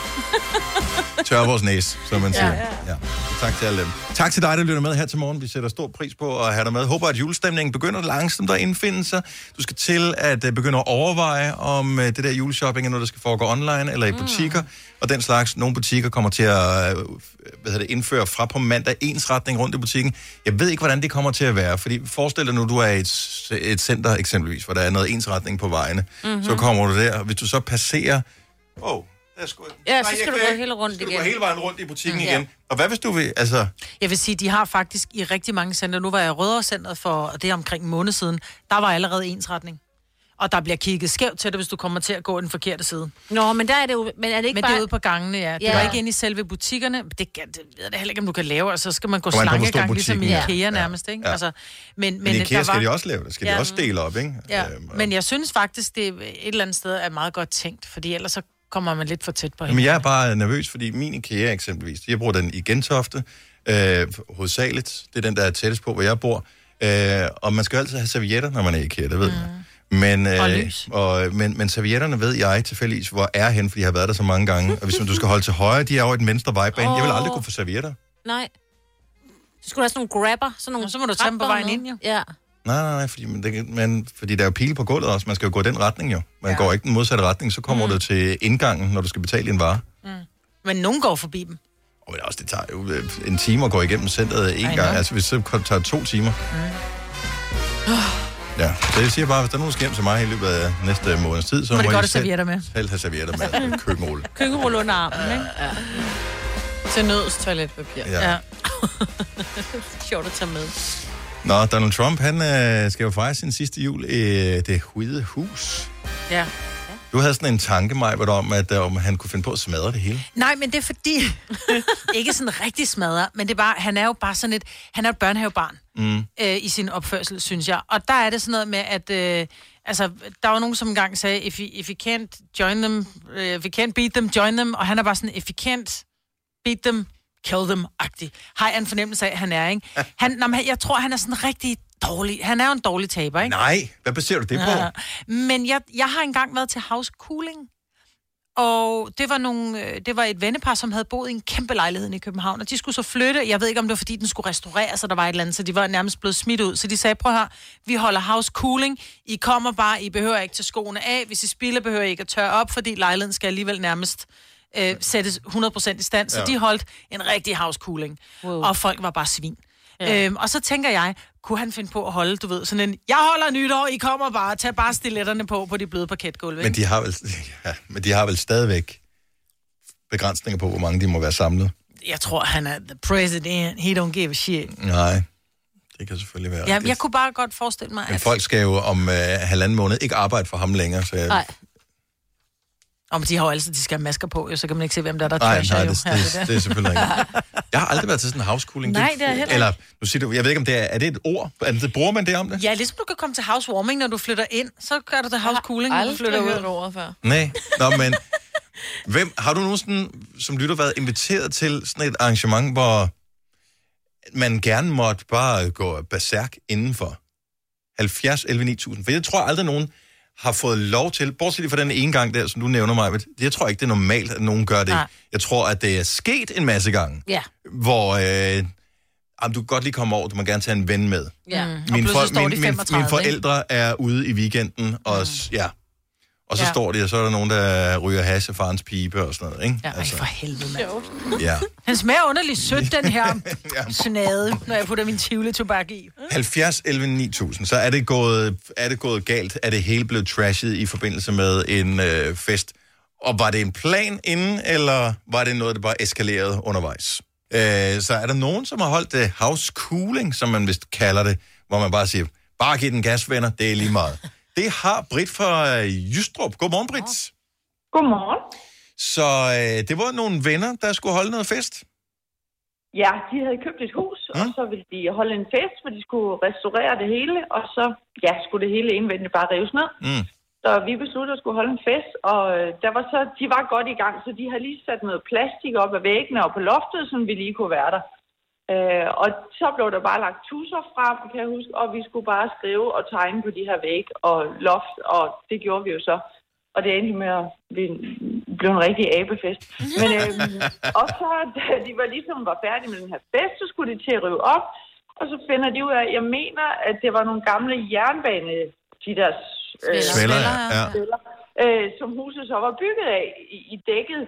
Speaker 1: Tør vores næse, som man siger. Ja, ja. Ja. Tak til alle dem. Tak til dig, der lytter med her til morgen. Vi sætter stor pris på at have dig med. Håber, at julestemningen begynder langsomt at indfinde sig. Du skal til at begynde at overveje, om det der juleshopping er noget, der skal foregå online eller i butikker. Mm. Og den slags. Nogle butikker kommer til at hvad hedder det, indføre fra på mandag ensretning rundt i butikken. Jeg ved ikke, hvordan det kommer til at være. Fordi forestil dig nu, du er i et, et center eksempelvis, hvor der er noget ensretning på vejene. Mm-hmm. Så kommer du der, og hvis du så passerer... Oh, Sgu...
Speaker 4: Ja, så skal du gå hele rundt igen.
Speaker 1: Du gå hele vejen rundt i butikken mm, igen. Ja. Og hvad hvis du vil, altså...
Speaker 2: Jeg vil sige, de har faktisk i rigtig mange center, nu var jeg i Rødovre-centret for, og det er omkring en måned siden, der var allerede ensretning. Og der bliver kigget skævt til det, hvis du kommer til at gå den forkerte side.
Speaker 4: Nå, men der er det jo... Men er det ikke
Speaker 2: men
Speaker 4: bare...
Speaker 2: det er ude på gangene, ja. Det
Speaker 4: ja.
Speaker 2: var ikke inde i selve butikkerne. Det, det ved jeg heller ikke, om du kan lave, og så skal man gå slangegang, ligesom i
Speaker 1: ja.
Speaker 2: IKEA nærmest, ikke?
Speaker 1: Ja.
Speaker 2: Altså, men, men,
Speaker 1: men IKEA
Speaker 2: der
Speaker 1: skal
Speaker 2: var...
Speaker 1: de også lave det. Skal ja. de også dele op, ikke?
Speaker 2: Ja,
Speaker 1: øhm,
Speaker 2: men jeg synes faktisk, det et eller andet sted er meget godt tænkt, fordi ellers så kommer man lidt for tæt på hende.
Speaker 1: Men jeg er bare nervøs, fordi min IKEA eksempelvis, jeg bruger den i Gentofte, øh, hovedsageligt. Det er den, der er tættest på, hvor jeg bor. Øh, og man skal jo altid have servietter, når man er i IKEA, det ved mm. man. Men, øh, og og, men, men servietterne ved jeg tilfældigvis, hvor er hen, fordi jeg har været der så mange gange. Og hvis du skal holde til højre, de er over i den venstre vejbane. Oh. Jeg vil aldrig kunne få servietter.
Speaker 4: Nej. Så skulle der have sådan nogle grabber. Sådan nogle
Speaker 2: og så må du tage dem på vejen ind, jo.
Speaker 4: Ja.
Speaker 1: Nej, nej, nej, fordi, men det, men, fordi der er jo pile på gulvet også. Man skal jo gå i den retning, jo. Man ja. går ikke den modsatte retning, så kommer mm. du til indgangen, når du skal betale en vare.
Speaker 2: Mm. Men nogen går forbi dem.
Speaker 1: Og men også, det tager jo en time at gå igennem centret en gang. Altså, hvis det tager to timer. Mm. Ja, så jeg siger bare, hvis der er nogen, der skal hjem til mig i løbet af næste måneds tid, så
Speaker 2: må, må
Speaker 1: I
Speaker 2: godt selv, med.
Speaker 1: selv have servietter med køkkenrulle.
Speaker 4: Køkkenrulle under armen, ikke?
Speaker 5: Ja. Til nøds toiletpapir.
Speaker 1: Ja.
Speaker 5: ja.
Speaker 4: Sjovt at tage med.
Speaker 1: Nå, Donald Trump, han øh, skal jo fejre sin sidste jul i Det Hvide Hus.
Speaker 2: Ja.
Speaker 1: Du havde sådan en tanke, Majbert, om, at om han kunne finde på at smadre det hele.
Speaker 2: Nej, men det er fordi... ikke sådan rigtig smadre, men det er bare, han er jo bare sådan et... Han er et børnehavebarn mm. øh, i sin opførsel, synes jeg. Og der er det sådan noget med, at... Øh, altså, der var nogen, som engang sagde, if you, if you can't join them, uh, if you can't beat them, join them. Og han er bare sådan, if you can't beat them, kill them-agtig. Har jeg en fornemmelse af, at han er, ikke? Han, nå, jeg tror, han er sådan rigtig... dårlig. Han er jo en dårlig taber, ikke?
Speaker 1: Nej, hvad baserer du det på? Ja.
Speaker 2: Men jeg, jeg har engang været til house cooling, og det var, nogle, det var et vennepar, som havde boet i en kæmpe lejlighed i København, og de skulle så flytte. Jeg ved ikke, om det var, fordi den skulle restaureres, så der var et eller andet, så de var nærmest blevet smidt ud. Så de sagde, prøv her, vi holder house cooling. I kommer bare, I behøver ikke tage skoene af. Hvis I spilder, behøver I ikke at tørre op, fordi lejligheden skal alligevel nærmest øh, sættes hundrede procent i stand. Så ja. de holdt en rigtig house cooling, wow. og folk var bare svin. Ja. Øhm, og så tænker jeg, kunne han finde på at holde, du ved, sådan en, jeg holder nytår, I kommer bare, tag bare stiletterne på, på de bløde parketgulve.
Speaker 1: Men de har vel, ja, men de har vel stadigvæk begrænsninger på, hvor mange de må være samlet.
Speaker 2: Jeg tror, han er the president, he don't give a shit.
Speaker 1: Nej, det kan selvfølgelig være.
Speaker 2: Ja, jeg kunne bare godt forestille mig,
Speaker 1: men
Speaker 2: at...
Speaker 1: folk skal jo om uh, halvanden måned ikke arbejde for ham længere, så jeg...
Speaker 2: Nej. Og de har jo altid, de skal have masker på, jo, så kan man ikke se, hvem der er, der
Speaker 1: Nej,
Speaker 2: trasher
Speaker 1: nej,
Speaker 2: jo.
Speaker 1: det,
Speaker 2: Ja,
Speaker 1: det, det, det er selvfølgelig ikke. Jeg har aldrig været til sådan en housecooling.
Speaker 2: Nej, det er heller ikke.
Speaker 1: Eller, nu siger du, jeg ved ikke, om det er, er det et ord? Er det, bruger man det om det?
Speaker 2: Ja, ligesom du kan komme til housewarming, når du flytter ind, så gør du det housecooling, når du flytter ud.
Speaker 5: Ordet før.
Speaker 1: Nej, nå, men hvem, har du nogensinde, som lytter, været inviteret til sådan et arrangement, hvor man gerne måtte bare gå berserk indenfor? halvfjerds elleve ni tusind. For jeg tror aldrig, nogen har fået lov til, bortset fra den ene gang der, som du nævner mig, jeg tror ikke, det er normalt, at nogen gør det. Nej. Jeg tror, at det er sket en masse gange,
Speaker 2: ja.
Speaker 1: hvor øh, jamen, du kan godt lige komme over, du må gerne tage en ven med.
Speaker 2: Ja.
Speaker 1: Mine,
Speaker 2: for,
Speaker 1: for, min, min, mine forældre er ude i weekenden, og, mm. ja, og så ja. står de, og så er der nogen, der ryger hash af farens pibe og sådan noget, ikke?
Speaker 2: Ja, altså. For helvede, mand.
Speaker 1: Ja.
Speaker 2: Han smager underligt sødt, den her snade, når jeg putter min tivoli-tobak i.
Speaker 1: halvfjerds elleve ni tusind, så er det, gået, er det gået galt? Er det hele blevet trashet i forbindelse med en øh, fest? Og var det en plan inden, eller var det noget, der bare eskalerede undervejs? Øh, så er der nogen, som har holdt det house cooling, som man vist kalder det, hvor man bare siger, bare giv den gas, venner, det er lige meget. Det har Britt fra Jystrup. Godmorgen, Britt.
Speaker 20: Godmorgen.
Speaker 1: Så øh, det var nogle venner, der skulle holde noget fest?
Speaker 20: Ja, de havde købt et hus, mm. og så ville de holde en fest, hvor de skulle restaurere det hele, og så ja, skulle det hele indvendigt bare rives ned.
Speaker 1: Mm.
Speaker 20: Så vi besluttede at skulle holde en fest, og der var så, de var godt i gang, så de havde lige sat noget plastik op ad væggene og på loftet, så vi lige kunne være der. Øh, og så blev der bare lagt tusser frem, kan jeg huske, og vi skulle bare skrive og tegne på de her væg og loft, og det gjorde vi jo så. Og det endte med at blive en rigtig abefest. Men øh, og så, da de var ligesom var færdige med den her fest, så skulle de til at rive op, og så finder de ud af, jeg mener, at det var nogle gamle jernbane, de der øh,
Speaker 1: Svæller, ja.
Speaker 20: Svæller, øh, som huset så var bygget af i, i dækket.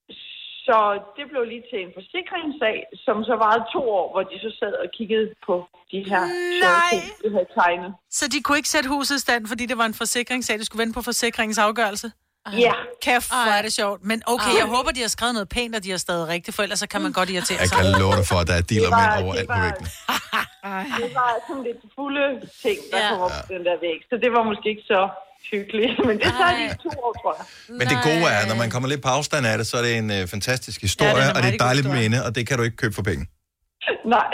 Speaker 20: Så det blev lige til en forsikringssag, som så varede to år, hvor de så sad og kiggede på de her
Speaker 2: Nej.
Speaker 20: ting, de havde tegnet.
Speaker 2: Så de kunne ikke sætte huset i stand, fordi det var en forsikringssag, de skulle vente på forsikringens afgørelse?
Speaker 20: Ja.
Speaker 2: Kæft, hvor er det sjovt. Men okay, jeg håber, de har skrevet noget pænt, og de har stadig rigtigt, for ellers så kan man godt irritere sig.
Speaker 1: Jeg kan love dig for, at der er dealer med overalt på væggen.
Speaker 20: Det var sådan lidt fulde ting, der ja. kom op på den der væg, så det var måske ikke så hyggeligt. Men det tager de to år, tror jeg.
Speaker 1: Men det gode er, når man kommer lidt på afstand af det, så er det en uh, fantastisk historie, ja, det og det er et dejligt minde, og det kan du ikke købe for penge.
Speaker 20: Nej.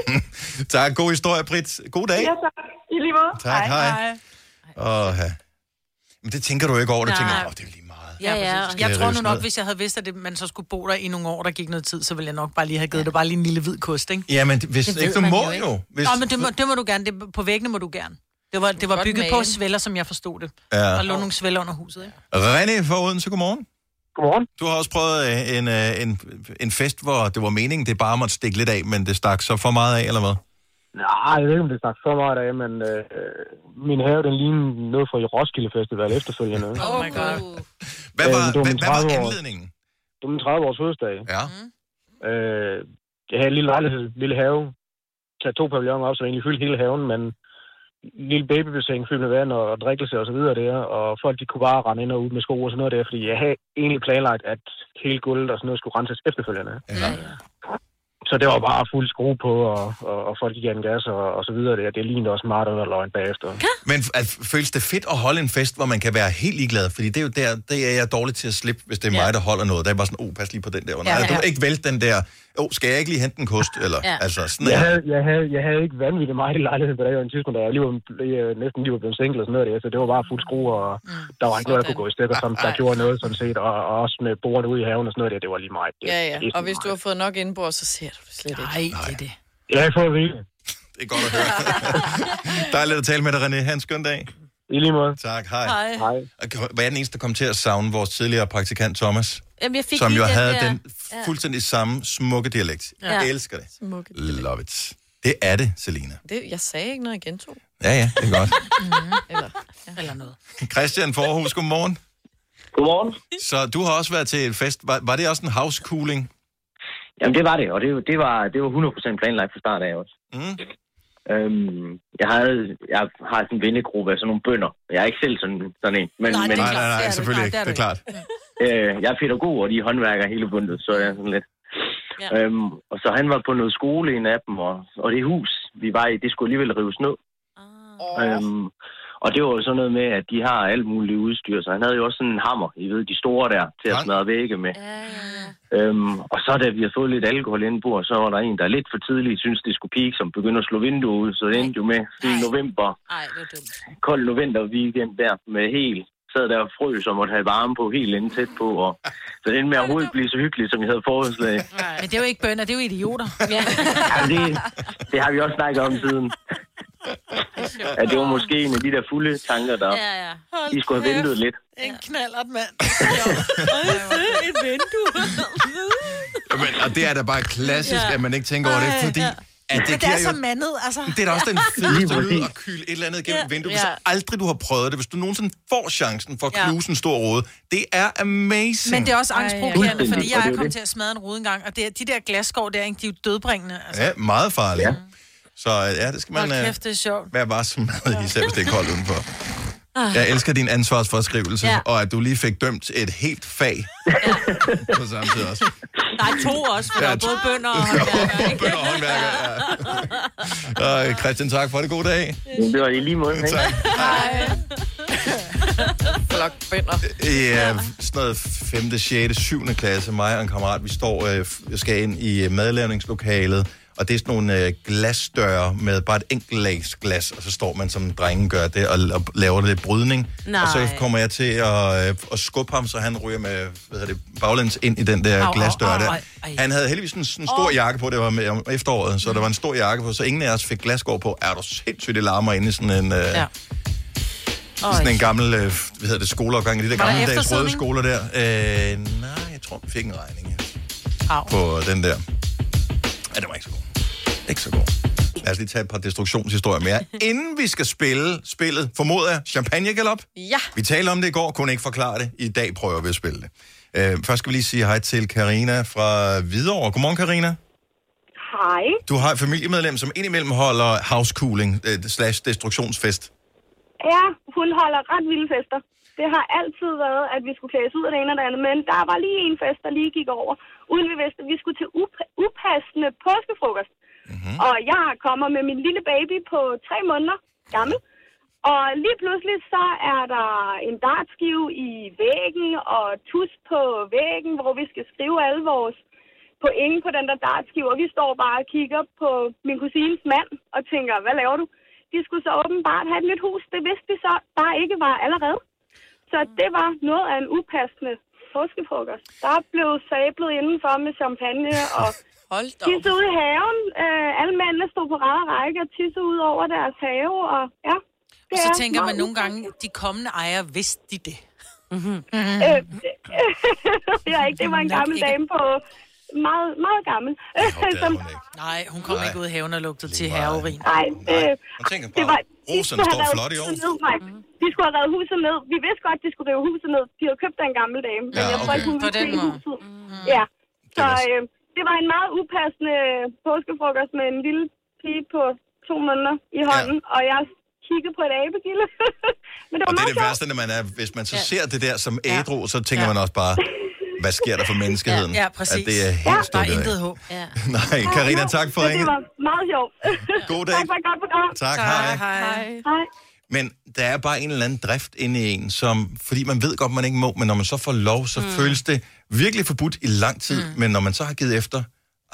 Speaker 1: Tak, god historie, Britt. God dag.
Speaker 20: Ja, tak. I lige måde.
Speaker 1: Tak, hej. hej. Åh, ja. Men det tænker du ikke over, det tænker du, åh, det er lige meget.
Speaker 2: Ja, ja. Jeg tror nu nok, hvis jeg havde vidst, at det, man så skulle bo der i nogle år, der gik noget tid, så ville jeg nok bare lige have givet ja. det bare lige en lille hvid kost, ikke?
Speaker 1: Ja, men hvis ikke, du må jo. Hvis...
Speaker 2: Nå, men det må, det må du gerne. Det, på væggene må du gerne. Det var, det var bygget på svælder, som jeg forstod det.
Speaker 1: Ja.
Speaker 2: Der lå nogle svælder under huset, ikke?
Speaker 1: René fra Odense, godmorgen.
Speaker 21: Godmorgen.
Speaker 1: Du har også prøvet en, en, en fest, hvor det var meningen, det bare måtte stikke lidt af, men det stak så for meget af, eller hvad?
Speaker 21: Nej, jeg ved ikke, om det stak for meget af, men øh, min have, den lignede noget fra Roskilde Festival efterfølgende.
Speaker 2: Oh my god.
Speaker 1: Hvad var,
Speaker 21: øh,
Speaker 1: hvad, hvad var anledningen?
Speaker 21: Det var min tredive-års fødselsdag.
Speaker 1: Ja.
Speaker 21: Øh, jeg havde en lille lejlighed, lille have. Tag to pavilloner op, så jeg egentlig fyldte hele haven, men lille babybassin fyldt med vand og, og drikkelse og så videre der, og folk de kunne bare rende ind og ud med sko og sådan noget der, fordi jeg havde egentlig planlagt, at hele gulvet og sådan noget skulle renses efterfølgende.
Speaker 1: Ja.
Speaker 21: Så det var bare fuld skrue på, og, og, og folk gik en gas og, og så videre der. Det lignede også meget under løgn bagefter.
Speaker 1: Men at, føles det fedt at holde en fest, hvor man kan være helt ligeglad? Fordi det er jo der, det er jeg dårlig til at slippe, hvis det er ja. mig, der holder noget. Der er bare sådan, oh, pas lige på den der. Nej, ja, ja. Du ikke vælte den der, oh, skal jeg ikke lige hente en kost? Eller,
Speaker 21: ja.
Speaker 1: altså, sådan
Speaker 21: jeg, havde, jeg, havde, jeg havde ikke vanvittigt meget i lejligheden på det her tidspunkt, da jeg lige var, jeg, næsten lige var blevet single og sådan noget der. Så det var bare fuld skrue, og mm. der var ikke noget, der kunne gå i stykker, som der gjorde noget sådan set. Og, og også med bordene ude i haven og sådan noget der, det var lige meget. Det,
Speaker 5: ja, ja. Og hvis du har fået nok indbord, så ser du det slet ikke.
Speaker 2: Nej, det er det.
Speaker 21: Jeg har fået at vide.
Speaker 1: Det er godt at høre. Dejligt at tale med dig, René. Ha' en skøn dag.
Speaker 21: I lige måde.
Speaker 1: Tak, hej.
Speaker 21: Hej. Hej.
Speaker 1: Hvad er den eneste, der kom til at savne vores tidligere praktikant Thomas?
Speaker 4: Jamen, jeg fik
Speaker 1: som jo
Speaker 4: den
Speaker 1: havde
Speaker 4: der...
Speaker 1: den fuldstændig samme smukke dialekt. Ja. Jeg elsker det.
Speaker 5: Smukke
Speaker 1: Love it. Det er det, Selina.
Speaker 5: Det, jeg sagde ikke noget, jeg gentog.
Speaker 1: Ja, ja, det er godt.
Speaker 5: mm, eller, ja. eller noget.
Speaker 1: Christian Forhus, godmorgen.
Speaker 21: Godmorgen.
Speaker 1: Så du har også været til en fest. Var, var det også en house cooling?
Speaker 21: Jamen, det var det, og det, det, var, det var hundrede procent planlagt fra start af også.
Speaker 1: Mm.
Speaker 21: Øhm, jeg, havde, jeg har sådan en vennegruppe af sådan nogle bønder. Jeg er ikke selv sådan, sådan en. Men,
Speaker 1: nej,
Speaker 21: men,
Speaker 1: nej, nej, nej, selvfølgelig ikke. Det er klart.
Speaker 21: Øh, jeg er pædagog, og de er håndværker hele bundet, så jeg er sådan lidt. Ja. Øhm, og så han var på noget skole, en af dem, og, og det hus, vi var i, det skulle alligevel rives ned. Ah. Øhm,
Speaker 3: Og det var jo sådan noget med, at de har alt muligt udstyr, så han havde jo også sådan en hammer, I ved, de store der, til at smadre vægge med. Ja, ja, ja. Øhm, og så da vi har fået lidt alkohol indbord, så var der en, der lidt for tidligt synes det skulle peak, som begyndte at slå vinduet ud, så det endte jo med i november.
Speaker 4: Ej, det var dumt.
Speaker 3: Kold november weekend der, med helt, sad der og frøs og måtte have varme på, helt inde tæt på, og så det endte med at overhovedet blive så hyggeligt, som vi havde foreslået.
Speaker 2: Men det er jo ikke bønder, det er jo idioter.
Speaker 3: Ja. Ja, det, det har vi også snakket om siden. At det var måske en af de der fulde tanker, der ja, ja. De skulle have ventet lidt.
Speaker 2: En knallert, mand.
Speaker 4: Et vindue.
Speaker 1: Men, og det er da bare klassisk, ja. At man ikke tænker over det, fordi...
Speaker 2: Ja.
Speaker 1: At det,
Speaker 2: men det er
Speaker 1: jo,
Speaker 2: så mandet, altså.
Speaker 1: Det er da også den fedeste lyd at kyle et eller andet gennem ja. Vinduet. Hvis ja. Aldrig du har prøvet det, hvis du nogensinde får chancen for at knuse ja. En stor rude, det er amazing.
Speaker 2: Men det er også angstprovokerende, fordi jeg er kommet til at smadre en rude engang, og det er, de der glasskår der, de er jo dødbringende. Altså.
Speaker 1: Ja, meget farligt. Ja. Så ja, det skal man
Speaker 2: kæft, det er sjovt.
Speaker 1: Være varsom med, især hvis det er koldt udenfor. Jeg elsker din ansvarsforskrivelse, ja. Og at du lige fik dømt et helt fag ja. På samme tid også.
Speaker 4: Nej, to også, for ja, der er både bønder og håndværker.
Speaker 1: Bønder og håndværker, ja. Og Christian, tak for det. God dag.
Speaker 3: Det var i lige måde.
Speaker 1: Tak.
Speaker 5: Hej. Flok bønder.
Speaker 1: Ja, sådan noget femte, sjette, syvende klasse. Mig og en kammerat, vi står øh, skal ind i madlavningslokalet. Og det er sådan nogle øh, glasdøre med bare et enkelt lags glas, og så står man, som drengen gør det, og, og laver lidt brydning. Nej. Og så kommer jeg til at, øh, at skubbe ham, så han ryger med hvad hedder det, baglæns ind i den der au, glasdør au, au, der. Han havde heldigvis en, en stor oh. jakke på, det var med om efteråret, så mm. der var en stor jakke på, så ingen af os fik glasgård på. Er du sindssygt, det larmer inde i sådan en... Øh, ja. Sådan en gammel, øh, hvad hedder det, skoleopgang i de der gamle dags røde skoler der. Øh, nej, jeg tror, vi fik en regning ja. På den der. Ja, det var ikke så god. Ikke så god. Lad os lige tage et par destruktionshistorier mere. Inden vi skal spille spillet, formoder jeg, Champagne Galop.
Speaker 5: Ja.
Speaker 1: Vi talte om det i går, kunne ikke forklare det. I dag prøver vi at spille det. Uh, først skal vi lige sige hej til Karina fra Hvidovre. Godmorgen, Karina.
Speaker 12: Hej.
Speaker 1: Du har et familiemedlem, som indimellem holder housecooling uh, slash destruktionsfest.
Speaker 12: Ja, hun holder ret vilde fester. Det har altid været, at vi skulle klædes ud af det ene og det andet, men der var lige en fest, der lige gik over, uden vi vidste, at vi skulle til up- upassende påskefrokost. Mm-hmm. Og jeg kommer med min lille baby på tre måneder gammel, og lige pludselig så er der en dartskive i væggen og tus på væggen, hvor vi skal skrive alle vores point på den der dartskive, og vi står bare og kigger på min kusines mand og tænker, hvad laver du? De skulle så åbenbart have et nyt hus, det vidste vi så bare ikke var allerede. Så det var noget af en upassende påskefrokost. Der blev sablet indenfor med champagne og tisse ud i haven. Uh, alle mændene stod på rad og række og tisse ud over deres have. Og, ja,
Speaker 2: og så tænker man nogle gange, de kommende ejere, vidste de det? Mm-hmm.
Speaker 12: Mm-hmm. Øh, ja, ikke. Det var en gammel dame på... Meget, meget gammel.
Speaker 2: Som... Nej, hun kom Nej. Ikke ud i haven og lugtede til herreurin.
Speaker 12: Nej, øh,
Speaker 1: det var... Roserne står flot i år.
Speaker 12: De skulle have revet huset ned. Vi vidste godt, de skulle rive huset ned. De havde købt af en gammel dame. Men ja, jeg tror ikke, hun ville se huset. Mm-hmm. Ja, så øh, det var en meget upassende påskefrokost med en lille pige på to måneder i hånden. Ja. Og jeg kiggede på et abegilde. Men det var
Speaker 1: og
Speaker 12: meget
Speaker 1: det er det værste, når man er... Hvis man så ja. Ser det der som ædru, så tænker ja. Man også bare... Hvad sker der for menneskeheden?
Speaker 2: Ja, ja præcis.
Speaker 1: At det er helt
Speaker 2: ja. Der er intet håb. Ja.
Speaker 1: Nej, Karina, tak for ringen.
Speaker 12: Det var meget sjovt.
Speaker 1: God dag.
Speaker 12: Tak for et godt program.
Speaker 1: Tak, hej.
Speaker 2: Hej.
Speaker 12: Hej.
Speaker 1: Men der er bare en eller anden drift inde i en, som, fordi man ved godt, man ikke må, men når man så får lov, så mm. føles det virkelig forbudt i lang tid. Mm. Men når man så har givet efter, ah,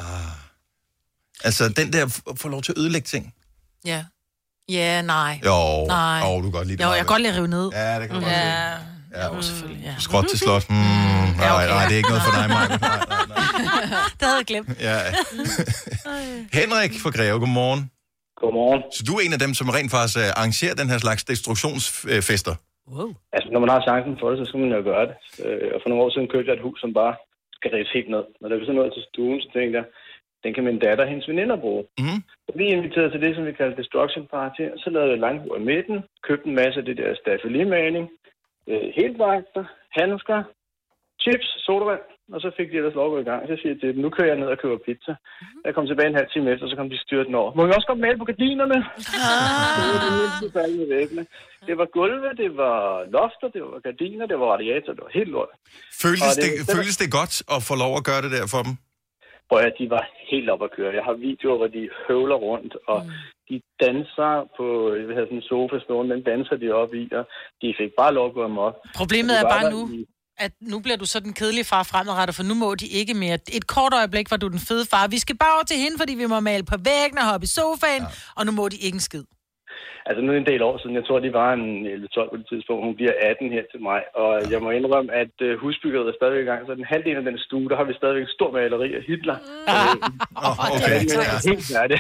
Speaker 1: altså den der får lov til at ødelægge ting.
Speaker 2: Ja. Ja, nej.
Speaker 1: Jo,
Speaker 2: nej.
Speaker 1: Oh, du kan godt lide det.
Speaker 2: Jo, jeg kan godt lide at rive ned.
Speaker 1: Ja, det kan du godt
Speaker 2: ja.
Speaker 1: lide. Ja,
Speaker 2: jo, selvfølgelig, ja.
Speaker 1: Skråt til slot. Mm, nej, ja, okay. nej, det er ikke noget for dig, Maja. Nej, nej,
Speaker 2: nej. Det havde jeg glemt.
Speaker 1: Ja. Henrik fra Greve, godmorgen.
Speaker 22: Godmorgen.
Speaker 1: Så du er en af dem, som rent faktisk arrangerer den her slags destruktionsfester?
Speaker 22: Wow. Altså, når man har chancen for det, så skal man jo gøre det. Og for nogle år siden købte jeg et hus, som bare skal rives helt ned. Når der er så noget til stuen, så tænkte jeg, den kan min datter og hendes veninder bruge.
Speaker 1: Mm.
Speaker 22: Så vi inviterede til det, som vi kalder Destruction Party, og så lavede jeg langbord i midten, købte en masse af det der staffeli-maling, øh, helvagter, handsker, chips, sodavand, og så fik de ellers lov at gå i gang. Så siger jeg til dem, nu kører jeg ned og køber pizza. Mm. Jeg kom tilbage en halv time efter, så kom de styrt den over. Må vi også godt male på gardinerne? Ah. Det var gulve, det var lofter, det var gardiner, det var radiator, det var helt lort.
Speaker 1: Føles det,
Speaker 22: det,
Speaker 1: det, føles det godt at få lov at gøre det der for dem?
Speaker 22: hvor jeg, de var helt op at køre. Jeg har videoer, hvor de høvler rundt, og mm. de danser på jeg havde sådan en sofa stående, den danser de op i, og de fik bare lov at gå amok.
Speaker 2: Problemet er bare nu, i... at nu bliver du så den kedelige far fremadrettet, for nu må de ikke mere. Et kort øjeblik var du den fede far. Vi skal bare over til hende, fordi vi må male på væggen og hoppe i sofaen, ja. Og nu må de ikke en skid.
Speaker 22: Altså nu er en del år siden, jeg tror, de var en elleve tolv på det tidspunkt. Hun bliver atten her til mig, og jeg må indrømme, at uh, husbyggeriet er stadigvæk i gang. Så den halvdelen af den stue, der har vi stadigvæk en stor maleri af Hitler. Mm.
Speaker 1: Oh, okay.
Speaker 22: Det er helt færdigt.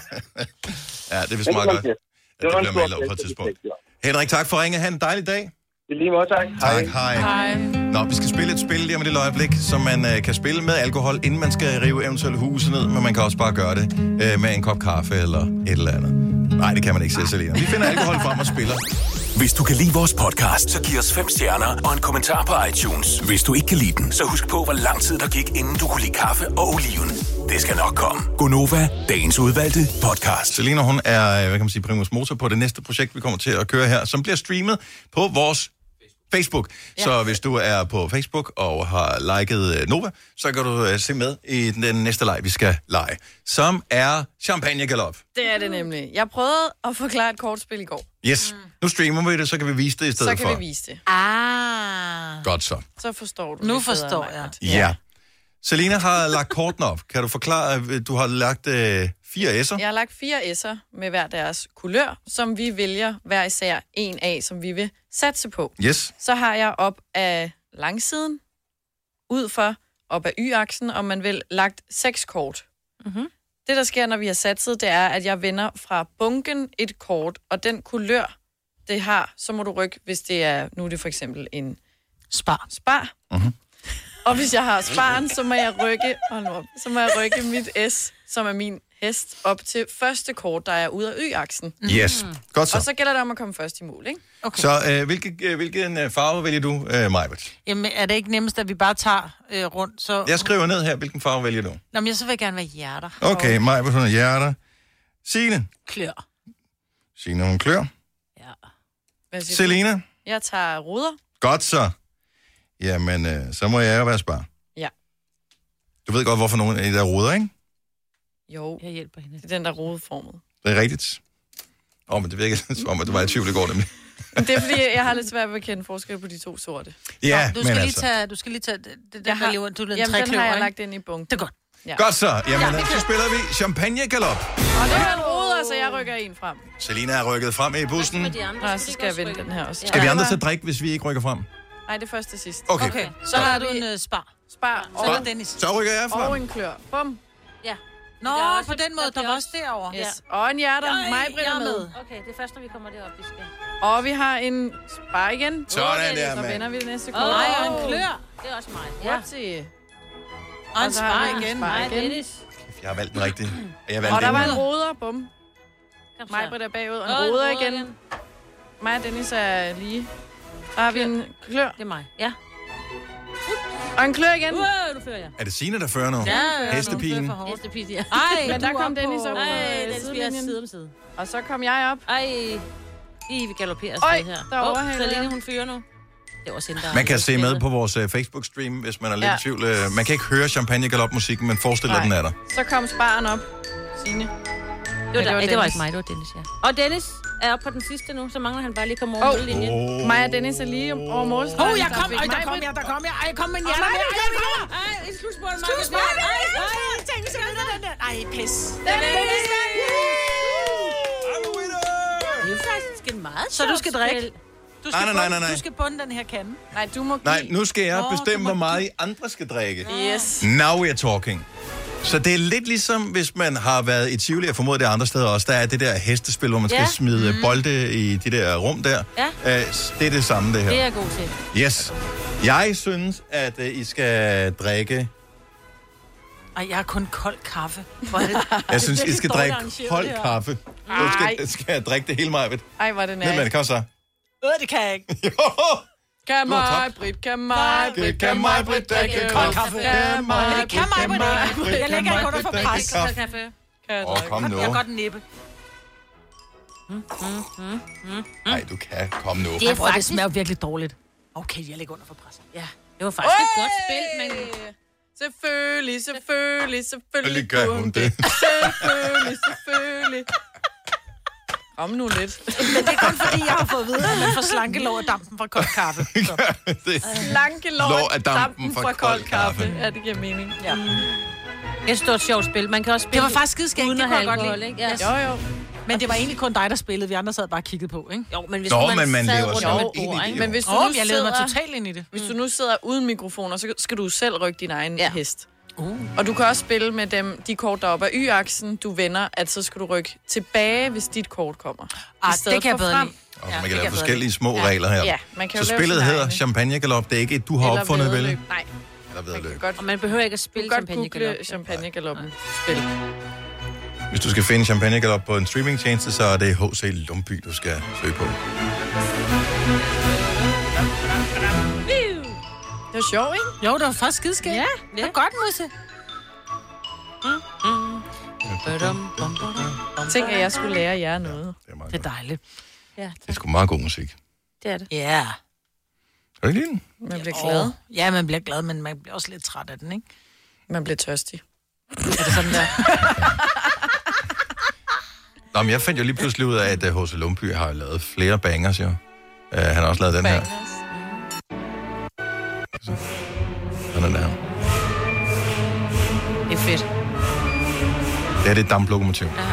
Speaker 1: Ja, det er vist meget godt, at det bliver malet op på et tidspunkt. Henrik, tak for at ringe. Ha' en dejlig dag.
Speaker 22: I lige måde, tak.
Speaker 1: Tak, hej. hej. Nå, vi skal spille et spil lige om et lille øjeblik, som man uh, kan spille med alkohol, inden man skal rive eventuelle huse ned, men man kan også bare gøre det uh, med en kop kaffe eller et eller andet. Nej, det kan man ikke se, Selina. Vi finder alkohol frem og spiller.
Speaker 6: Hvis du kan lide vores podcast, så giv os fem stjerner og en kommentar på iTunes. Hvis du ikke kan lide den, så husk på, hvor lang tid der gik, inden du kunne lide kaffe og oliven. Det skal nok komme. Gonova, dagens udvalgte podcast.
Speaker 1: Selina, hun er, hvad kan man sige, primus motor på det næste projekt, vi kommer til at køre her, som bliver streamet på vores Facebook. Ja. Så hvis du er på Facebook og har liket Nova, så kan du uh, se med i den næste leg, vi skal lege, som er Champagne Galop.
Speaker 5: Det er det nemlig. Jeg prøvede at forklare et kortspil i går.
Speaker 1: Yes. Mm. Nu streamer vi det, så kan vi vise det i stedet for.
Speaker 5: Så kan for. vi vise det.
Speaker 2: Ah.
Speaker 1: Godt så.
Speaker 5: Så forstår du
Speaker 2: Nu forstår jeg.
Speaker 1: Ja. ja. Selina har lagt kortene op. Kan du forklare, du har lagt øh, fire S'er?
Speaker 5: Jeg har lagt fire S'er med hver deres kulør, som vi vælger hver især en af, som vi vil satse på.
Speaker 1: Yes.
Speaker 5: Så har jeg op af langsiden, ud for op af y-aksen, og man vil lagt seks kort. Mm-hmm. Det, der sker, når vi har satset, det er, at jeg vender fra bunken et kort, og den kulør, det har, så må du rykke, hvis det er, nu er det for eksempel en
Speaker 2: spar.
Speaker 5: Spar.
Speaker 1: Mm-hmm.
Speaker 5: Og hvis jeg har sparen, så må jeg rykke, hold nu op, så må jeg rykke mit S, som er min hest, op til første kort, der er ude af y-aksen.
Speaker 1: Yes, godt så.
Speaker 5: Og så gælder det om at komme først i mål, ikke?
Speaker 1: Okay. Så øh, hvilke, øh, hvilken farve vælger du, øh, Majbert?
Speaker 2: Jamen, er det ikke nemmest, at vi bare tager øh, rundt, så...
Speaker 1: Jeg skriver ned her, hvilken farve vælger du?
Speaker 2: Nå, men jeg så vil gerne være hjerter.
Speaker 1: Okay, Majbert, hun er hjerter. Signe?
Speaker 2: Klør.
Speaker 1: Signe, hun klør.
Speaker 5: Ja.
Speaker 1: Selina?
Speaker 5: Jeg tager ruder.
Speaker 1: Godt så. Jamen, øh, så må jeg jo være spar.
Speaker 5: Ja.
Speaker 1: Du ved godt, hvorfor nogen af de der ruder, ikke?
Speaker 5: Jo.
Speaker 2: Jeg hjælper hende.
Speaker 5: Det er den, der er rudeformet.
Speaker 1: Det er rigtigt. Åh, oh, men det virker som om, at du var i tvivl i går, nemlig.
Speaker 5: Det er, fordi jeg har lidt svært ved at kende forskel på de to sorte.
Speaker 1: Ja,
Speaker 2: Nå, du skal
Speaker 1: men
Speaker 2: lige
Speaker 1: altså.
Speaker 2: tage, du skal lige tage, det, det
Speaker 5: jeg har,
Speaker 2: der, du den
Speaker 5: jamen, den har jeg lagt ind i bunken.
Speaker 2: Det er godt.
Speaker 5: Ja.
Speaker 1: Godt så. Jamen, ja, så spiller vi Champagne Galop.
Speaker 5: Og det er en ruder, så jeg rykker en frem.
Speaker 1: Selina er rykket frem i bussen.
Speaker 5: Nå, så skal jeg vende den her også.
Speaker 1: Skal vi andre til drikke, hvis vi ikke rykker frem?
Speaker 5: Nej, det er først til sidst.
Speaker 1: Okay.
Speaker 2: okay. Så har du en uh, spar.
Speaker 5: Spar.
Speaker 2: Og
Speaker 5: Spar.
Speaker 2: Dennis.
Speaker 1: Så rykker jeg frem.
Speaker 5: Og en klør. Bum.
Speaker 2: Ja. Nå, på den måde, der var også derovre.
Speaker 5: Yes. Og en hjerter.
Speaker 2: Ja,
Speaker 5: mig bringer med.
Speaker 4: Okay, det er først, når vi kommer derop, vi skal.
Speaker 5: Og vi har en spar igen.
Speaker 1: Sådan der,
Speaker 5: Så
Speaker 1: mand.
Speaker 5: vender vi det næste kort.
Speaker 4: Åh,
Speaker 2: Nej, og en klør.
Speaker 4: Det er også mig.
Speaker 5: Ja.
Speaker 4: Ja.
Speaker 2: Og en spar igen.
Speaker 5: Nej,
Speaker 4: Dennis.
Speaker 1: Jeg har valgt den rigtige. Jeg valgte
Speaker 5: og der
Speaker 1: den.
Speaker 5: var en ruder. Bum. Mig bringer bagud. Og en
Speaker 4: Åh, en
Speaker 5: ruder
Speaker 4: ruder
Speaker 5: igen.
Speaker 4: igen.
Speaker 5: Mig og Dennis er lige. Der har vi en klør.
Speaker 4: Det er mig. Ja.
Speaker 5: Og en klør igen.
Speaker 4: Uh, du fører jeg.
Speaker 1: Er det Signe, der fører nu?
Speaker 2: Ja, ja,
Speaker 1: Hestepigen.
Speaker 4: Hestepigen, ja.
Speaker 2: Ej,
Speaker 5: men der kom Dennis op på
Speaker 4: Ej, den spiger
Speaker 5: sidelinjen.
Speaker 4: side om side.
Speaker 5: Og så kom jeg op.
Speaker 4: Ej, I vil galoppere
Speaker 5: Øj,
Speaker 4: afsted her.
Speaker 5: derovre
Speaker 4: Åh,
Speaker 5: hælder
Speaker 4: Selina,
Speaker 5: jeg.
Speaker 4: hun fyrer nu. Det er også hende, der
Speaker 1: Man kan
Speaker 4: har
Speaker 1: se med
Speaker 4: spillet.
Speaker 1: på vores uh, Facebook-stream, hvis man er lidt
Speaker 5: Ja.
Speaker 1: i tvivl. Uh, man kan ikke høre Champagne Galop-musikken, men forestil dig,
Speaker 5: Nej.
Speaker 1: den er der.
Speaker 5: Så kom sparen op. Signe.
Speaker 4: Det var,
Speaker 5: Ja, det
Speaker 4: der,
Speaker 5: var
Speaker 4: det, det var
Speaker 5: Dennis.
Speaker 4: ikke mig, det var Dennis, ja. Og Dennis er oppe på den sidste nu, så mangler han bare lige at komme over
Speaker 5: Åh.
Speaker 4: mållinjen.
Speaker 1: Oh.
Speaker 5: Mig og Dennis er lige over målstregen.
Speaker 2: Åh, oh, jeg kom,
Speaker 5: fik
Speaker 2: øj, der
Speaker 5: mig
Speaker 2: kom
Speaker 5: Britt.
Speaker 2: jeg, der kom jeg. Ej, kom med en
Speaker 5: Og
Speaker 2: hjerter.
Speaker 5: mig,
Speaker 2: Ej,
Speaker 5: Britt,
Speaker 2: jeg kommer.
Speaker 4: Ej, et slutspurt.
Speaker 2: Slutspurt. Ej, ej, tænk, så er den der. Ej, pis.
Speaker 5: Dennis!
Speaker 4: Det er faktisk en meget
Speaker 2: Så du skal
Speaker 4: sjovt
Speaker 2: drikke?
Speaker 4: spil.
Speaker 2: Du
Speaker 1: Nej,
Speaker 2: skal,
Speaker 1: nej, nej,
Speaker 2: bunde,
Speaker 1: nej.
Speaker 2: du skal bunde den her kande.
Speaker 5: Nej, du må give.
Speaker 1: Nej, nu skal jeg
Speaker 2: Nå,
Speaker 1: bestemme,
Speaker 2: du må
Speaker 1: hvor meget I andre skal drikke.
Speaker 5: Yes.
Speaker 1: Now we're talking. Så det er lidt ligesom, hvis man har været i Tivoli, og formodet det andre steder også, der er det der hestespil, hvor man skal
Speaker 4: Ja.
Speaker 1: smide mm. bolde i de der rum der.
Speaker 4: Ja.
Speaker 1: Uh, det er det samme, det her.
Speaker 4: Det er jeg god til.
Speaker 1: Yes. Jeg synes, at uh, I skal drikke...
Speaker 2: Ej, jeg har kun kold kaffe. Hvor er det?
Speaker 1: Jeg synes,
Speaker 2: det er
Speaker 1: I skal
Speaker 2: dårligt
Speaker 1: drikke
Speaker 2: arrangeret,
Speaker 1: kold
Speaker 2: det her.
Speaker 1: kaffe. Du skal, skal jeg drikke det hele, Majbet.
Speaker 5: Ej, hvor er det
Speaker 1: Ned med
Speaker 5: nært.
Speaker 1: det, kom så.
Speaker 2: Øh, det kan jeg ikke.
Speaker 1: Jo!
Speaker 5: Kan
Speaker 1: Du har
Speaker 5: mig,
Speaker 1: tabt.
Speaker 5: Britt, kan mig, Britt,
Speaker 1: Kan mig, Britt, drikke kold kaffe.
Speaker 5: Kan mig,
Speaker 2: Men det kan mig, Britt, ikke. Jeg lægger ikke under for pres.
Speaker 1: kaffe.
Speaker 4: Kaffe.
Speaker 5: Kan jeg
Speaker 1: Åh,
Speaker 5: drikke?
Speaker 1: kom nu.
Speaker 2: Jeg kan godt nippe.
Speaker 1: Nej, du kan. Kom nu.
Speaker 4: Det
Speaker 2: Ej,
Speaker 4: er
Speaker 2: bror, det
Speaker 4: faktisk...
Speaker 2: smager virkelig dårligt. Okay, jeg lægger under for pres.
Speaker 4: Ja, det var faktisk et godt spil, men...
Speaker 5: Selvfølgelig, selvfølgelig, selvfølgelig
Speaker 1: gør hun det.
Speaker 5: Selvfølgelig, selvfølgelig. Om nu lidt.
Speaker 2: Men det er kun fordi, jeg har fået at vide, at man får slankelår af dampen fra kold kaffe.
Speaker 5: Slankelår af dampen fra kold kaffe. Ja, det giver mening.
Speaker 4: Ja. Jeg synes, det er et sjovt spil. Man kan også spille
Speaker 2: det var faktisk skideskægt, det kunne jeg godt lide.
Speaker 4: Ikke? Ja.
Speaker 5: Jo, jo.
Speaker 2: Men det var egentlig kun dig, der spillede. Vi andre sad bare og kiggede på, ikke?
Speaker 4: Jo, men hvis
Speaker 1: Nå,
Speaker 4: man,
Speaker 1: men man
Speaker 4: sad
Speaker 1: lever
Speaker 4: rundt
Speaker 1: så
Speaker 4: om
Speaker 1: ind
Speaker 4: et bord,
Speaker 1: i
Speaker 4: ikke?
Speaker 1: det,
Speaker 5: Men hvis du
Speaker 2: Åh,
Speaker 5: nu
Speaker 2: jeg lavede mig
Speaker 5: sidder-
Speaker 2: totalt ind i det.
Speaker 5: Hvis du nu sidder uden mikrofoner, så skal du selv rykke din egen
Speaker 4: Ja.
Speaker 5: hest.
Speaker 2: Uh.
Speaker 5: Og du kan også spille med dem, de kort, der er oppe af y-aksen, du vender, at så skal du rykke tilbage, hvis dit kort kommer.
Speaker 2: Ah,
Speaker 5: I stedet
Speaker 2: det kan jeg
Speaker 5: for
Speaker 2: bedre
Speaker 5: frem.
Speaker 2: lide.
Speaker 1: Og
Speaker 2: Ja,
Speaker 1: man
Speaker 2: det
Speaker 1: kan lave
Speaker 2: kan jeg
Speaker 1: forskellige små
Speaker 5: Ja.
Speaker 1: regler her.
Speaker 5: Ja, man kan jo
Speaker 1: så
Speaker 5: lave
Speaker 1: spillet
Speaker 5: sine
Speaker 1: hedder
Speaker 5: egne.
Speaker 1: Champagne Galop. Det er ikke et, du har
Speaker 5: Eller
Speaker 1: opfundet, vel?
Speaker 5: væddeløb. Nej,
Speaker 1: Eller
Speaker 5: man
Speaker 1: væddeløb.
Speaker 5: kan godt,
Speaker 4: Og man behøver ikke at
Speaker 5: du
Speaker 4: spille
Speaker 5: kan godt
Speaker 4: champagne
Speaker 5: google
Speaker 4: galop.
Speaker 5: champagne-galoppen spil.
Speaker 1: Hvis du skal finde Champagne Galop på en streamingtjeneste, så er det H C Lumbye, du skal søge på.
Speaker 5: Det var sjovt, ikke?
Speaker 2: Jo, det var faktisk skideskægt.
Speaker 4: Ja,
Speaker 2: Det var godt, Musse.
Speaker 5: Tænk, at jeg skulle lære jer noget.
Speaker 1: Det er, meget
Speaker 2: Det er dejligt.
Speaker 4: Ja,
Speaker 1: det er sgu meget god musik.
Speaker 4: det er det.
Speaker 2: Ja.
Speaker 1: Kan du ikke lide den?
Speaker 5: Man bliver glad.
Speaker 2: Ja, man bliver glad, men man bliver også lidt træt af den, ikke?
Speaker 5: Man bliver tørstig.
Speaker 2: Er det sådan der?
Speaker 1: Nå, men jeg fandt jo lige pludselig ud af, at H C Lumbye har lavet flere bangers, jo. Uh, han har også lavet den her. Sådan der.
Speaker 4: Det er fedt.
Speaker 1: Det er det damplokomotiv.
Speaker 4: Ja.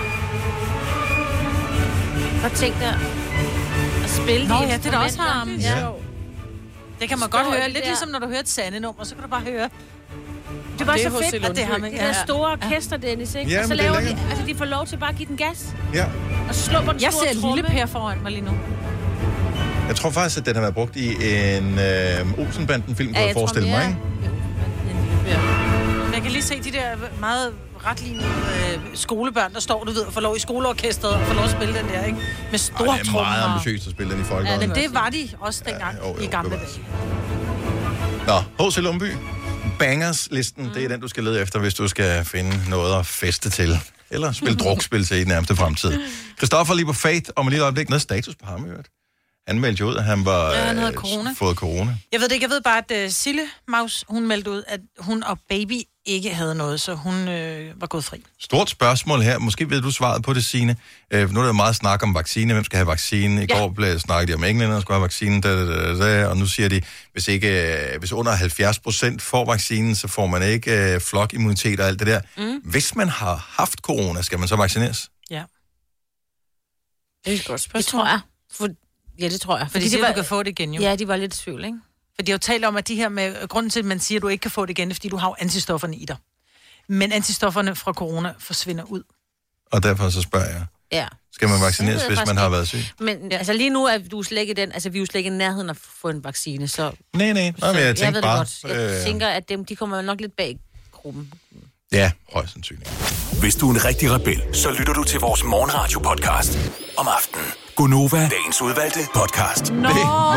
Speaker 4: Godt tænk dig at spille
Speaker 2: Nå,
Speaker 4: de
Speaker 2: ja, det er da også
Speaker 4: instrumenter.
Speaker 2: ham.
Speaker 4: Ja.
Speaker 2: Det kan man
Speaker 4: Står
Speaker 2: godt høre.
Speaker 4: det
Speaker 2: Lidt
Speaker 4: der.
Speaker 2: ligesom når du hører et sandenummer, så kan du bare høre.
Speaker 4: Det var
Speaker 5: Det er
Speaker 4: så
Speaker 5: H C
Speaker 4: fedt,
Speaker 2: at det har
Speaker 4: det
Speaker 2: man.
Speaker 4: der store orkester, Dennis, ikke?
Speaker 1: Ja,
Speaker 4: og så
Speaker 1: men det er
Speaker 4: laver de,
Speaker 1: lækkert.
Speaker 4: altså de får lov til bare at give den gas,
Speaker 1: Ja.
Speaker 4: og så slupper den
Speaker 2: Jeg
Speaker 4: store
Speaker 2: ser
Speaker 4: tromme.
Speaker 2: lille Per foran mig lige nu.
Speaker 1: Jeg tror faktisk, at den har været brugt i en øh, Olsenbanden-film, kunne
Speaker 4: Ja,
Speaker 1: jeg
Speaker 4: jeg tror
Speaker 1: forestille mig,
Speaker 4: mere.
Speaker 1: ikke?
Speaker 2: Men jeg kan lige se de der meget retlignede øh, skolebørn, der står, du ved, og får lov i skoleorkestret og får lov at spille den der, ikke? Med store
Speaker 1: Ej, det er meget
Speaker 2: trommer.
Speaker 1: ambitiøst at spille den i
Speaker 2: Ja,
Speaker 1: folkeånden.
Speaker 2: men det var de også dengang
Speaker 1: Ja, jo, jo,
Speaker 2: i gamle
Speaker 1: bevares.
Speaker 2: dage.
Speaker 1: Nå, H C Lumbye. Bangers-listen, mm. det er den, du skal lede efter, hvis du skal finde noget at feste til. Eller spille drukspil til i den nærmeste fremtid. Christoffer lige på Faith, om et lille øjeblik, noget status på ham, i øvrigt. Han meldte jo ud, at han var
Speaker 2: Ja, han havde
Speaker 1: øh,
Speaker 2: corona.
Speaker 1: fået corona.
Speaker 2: Jeg ved det ikke, jeg ved bare, at uh, Sille Maus, hun meldte ud, at hun og baby ikke havde noget, så hun øh, var gået fri.
Speaker 1: Stort spørgsmål her. Måske ved du svaret på det, Signe. Øh, nu er der meget snak om vaccine. Hvem skal have vaccine? I ja. går blev snakket de om englænder, der skulle have vaccine. Da, da, da, da, og nu siger de, hvis ikke øh, hvis under halvfjerds procent får vaccinen, så får man ikke øh, flokimmunitet og alt det der. Mm. Hvis man har haft corona, skal man så vaccineres?
Speaker 2: Ja.
Speaker 5: Det er et godt spørgsmål.
Speaker 4: Det tror jeg. For, ja, det tror jeg.
Speaker 2: Fordi de siger, du kan få det igen, jo.
Speaker 4: Ja, de var lidt i tvivl, ikke?
Speaker 2: For de har jo talt om, at de her med, grunden til, at man siger, at du ikke kan få det igen, er, fordi du har jo antistofferne i dig. Men antistofferne fra corona forsvinder ud.
Speaker 1: Og derfor så spørger jeg,
Speaker 4: Ja.
Speaker 1: skal man
Speaker 4: Det
Speaker 1: vaccineres,
Speaker 4: ved jeg
Speaker 1: hvis
Speaker 4: faktisk
Speaker 1: man har
Speaker 4: ikke.
Speaker 1: været syg?
Speaker 4: Men ja. altså lige nu er du slet ikke i den, altså vi er jo slet ikke i nærheden af at få en vaccine, så...
Speaker 1: Nej, nej. Nå, men jeg tænkte
Speaker 4: jeg ved
Speaker 1: bare,
Speaker 4: det godt. Jeg
Speaker 1: øh,
Speaker 4: tænker, at dem, de kommer nok lidt bag gruppen.
Speaker 1: Ja, højst sandsynligt.
Speaker 6: Hvis du er en rigtig rebel, så lytter du til vores morgenradio-podcast om aftenen. Gonova, dagens udvalgte podcast.
Speaker 2: Nå!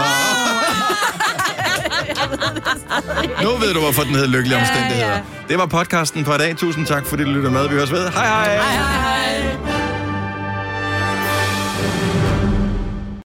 Speaker 1: Nu ved du, hvorfor den hedder Lykkelige Omstændigheder. Det var podcasten for i dag. Tusind tak, fordi du lytter med. Vi høres ved. Hej hej!
Speaker 2: Hej hej!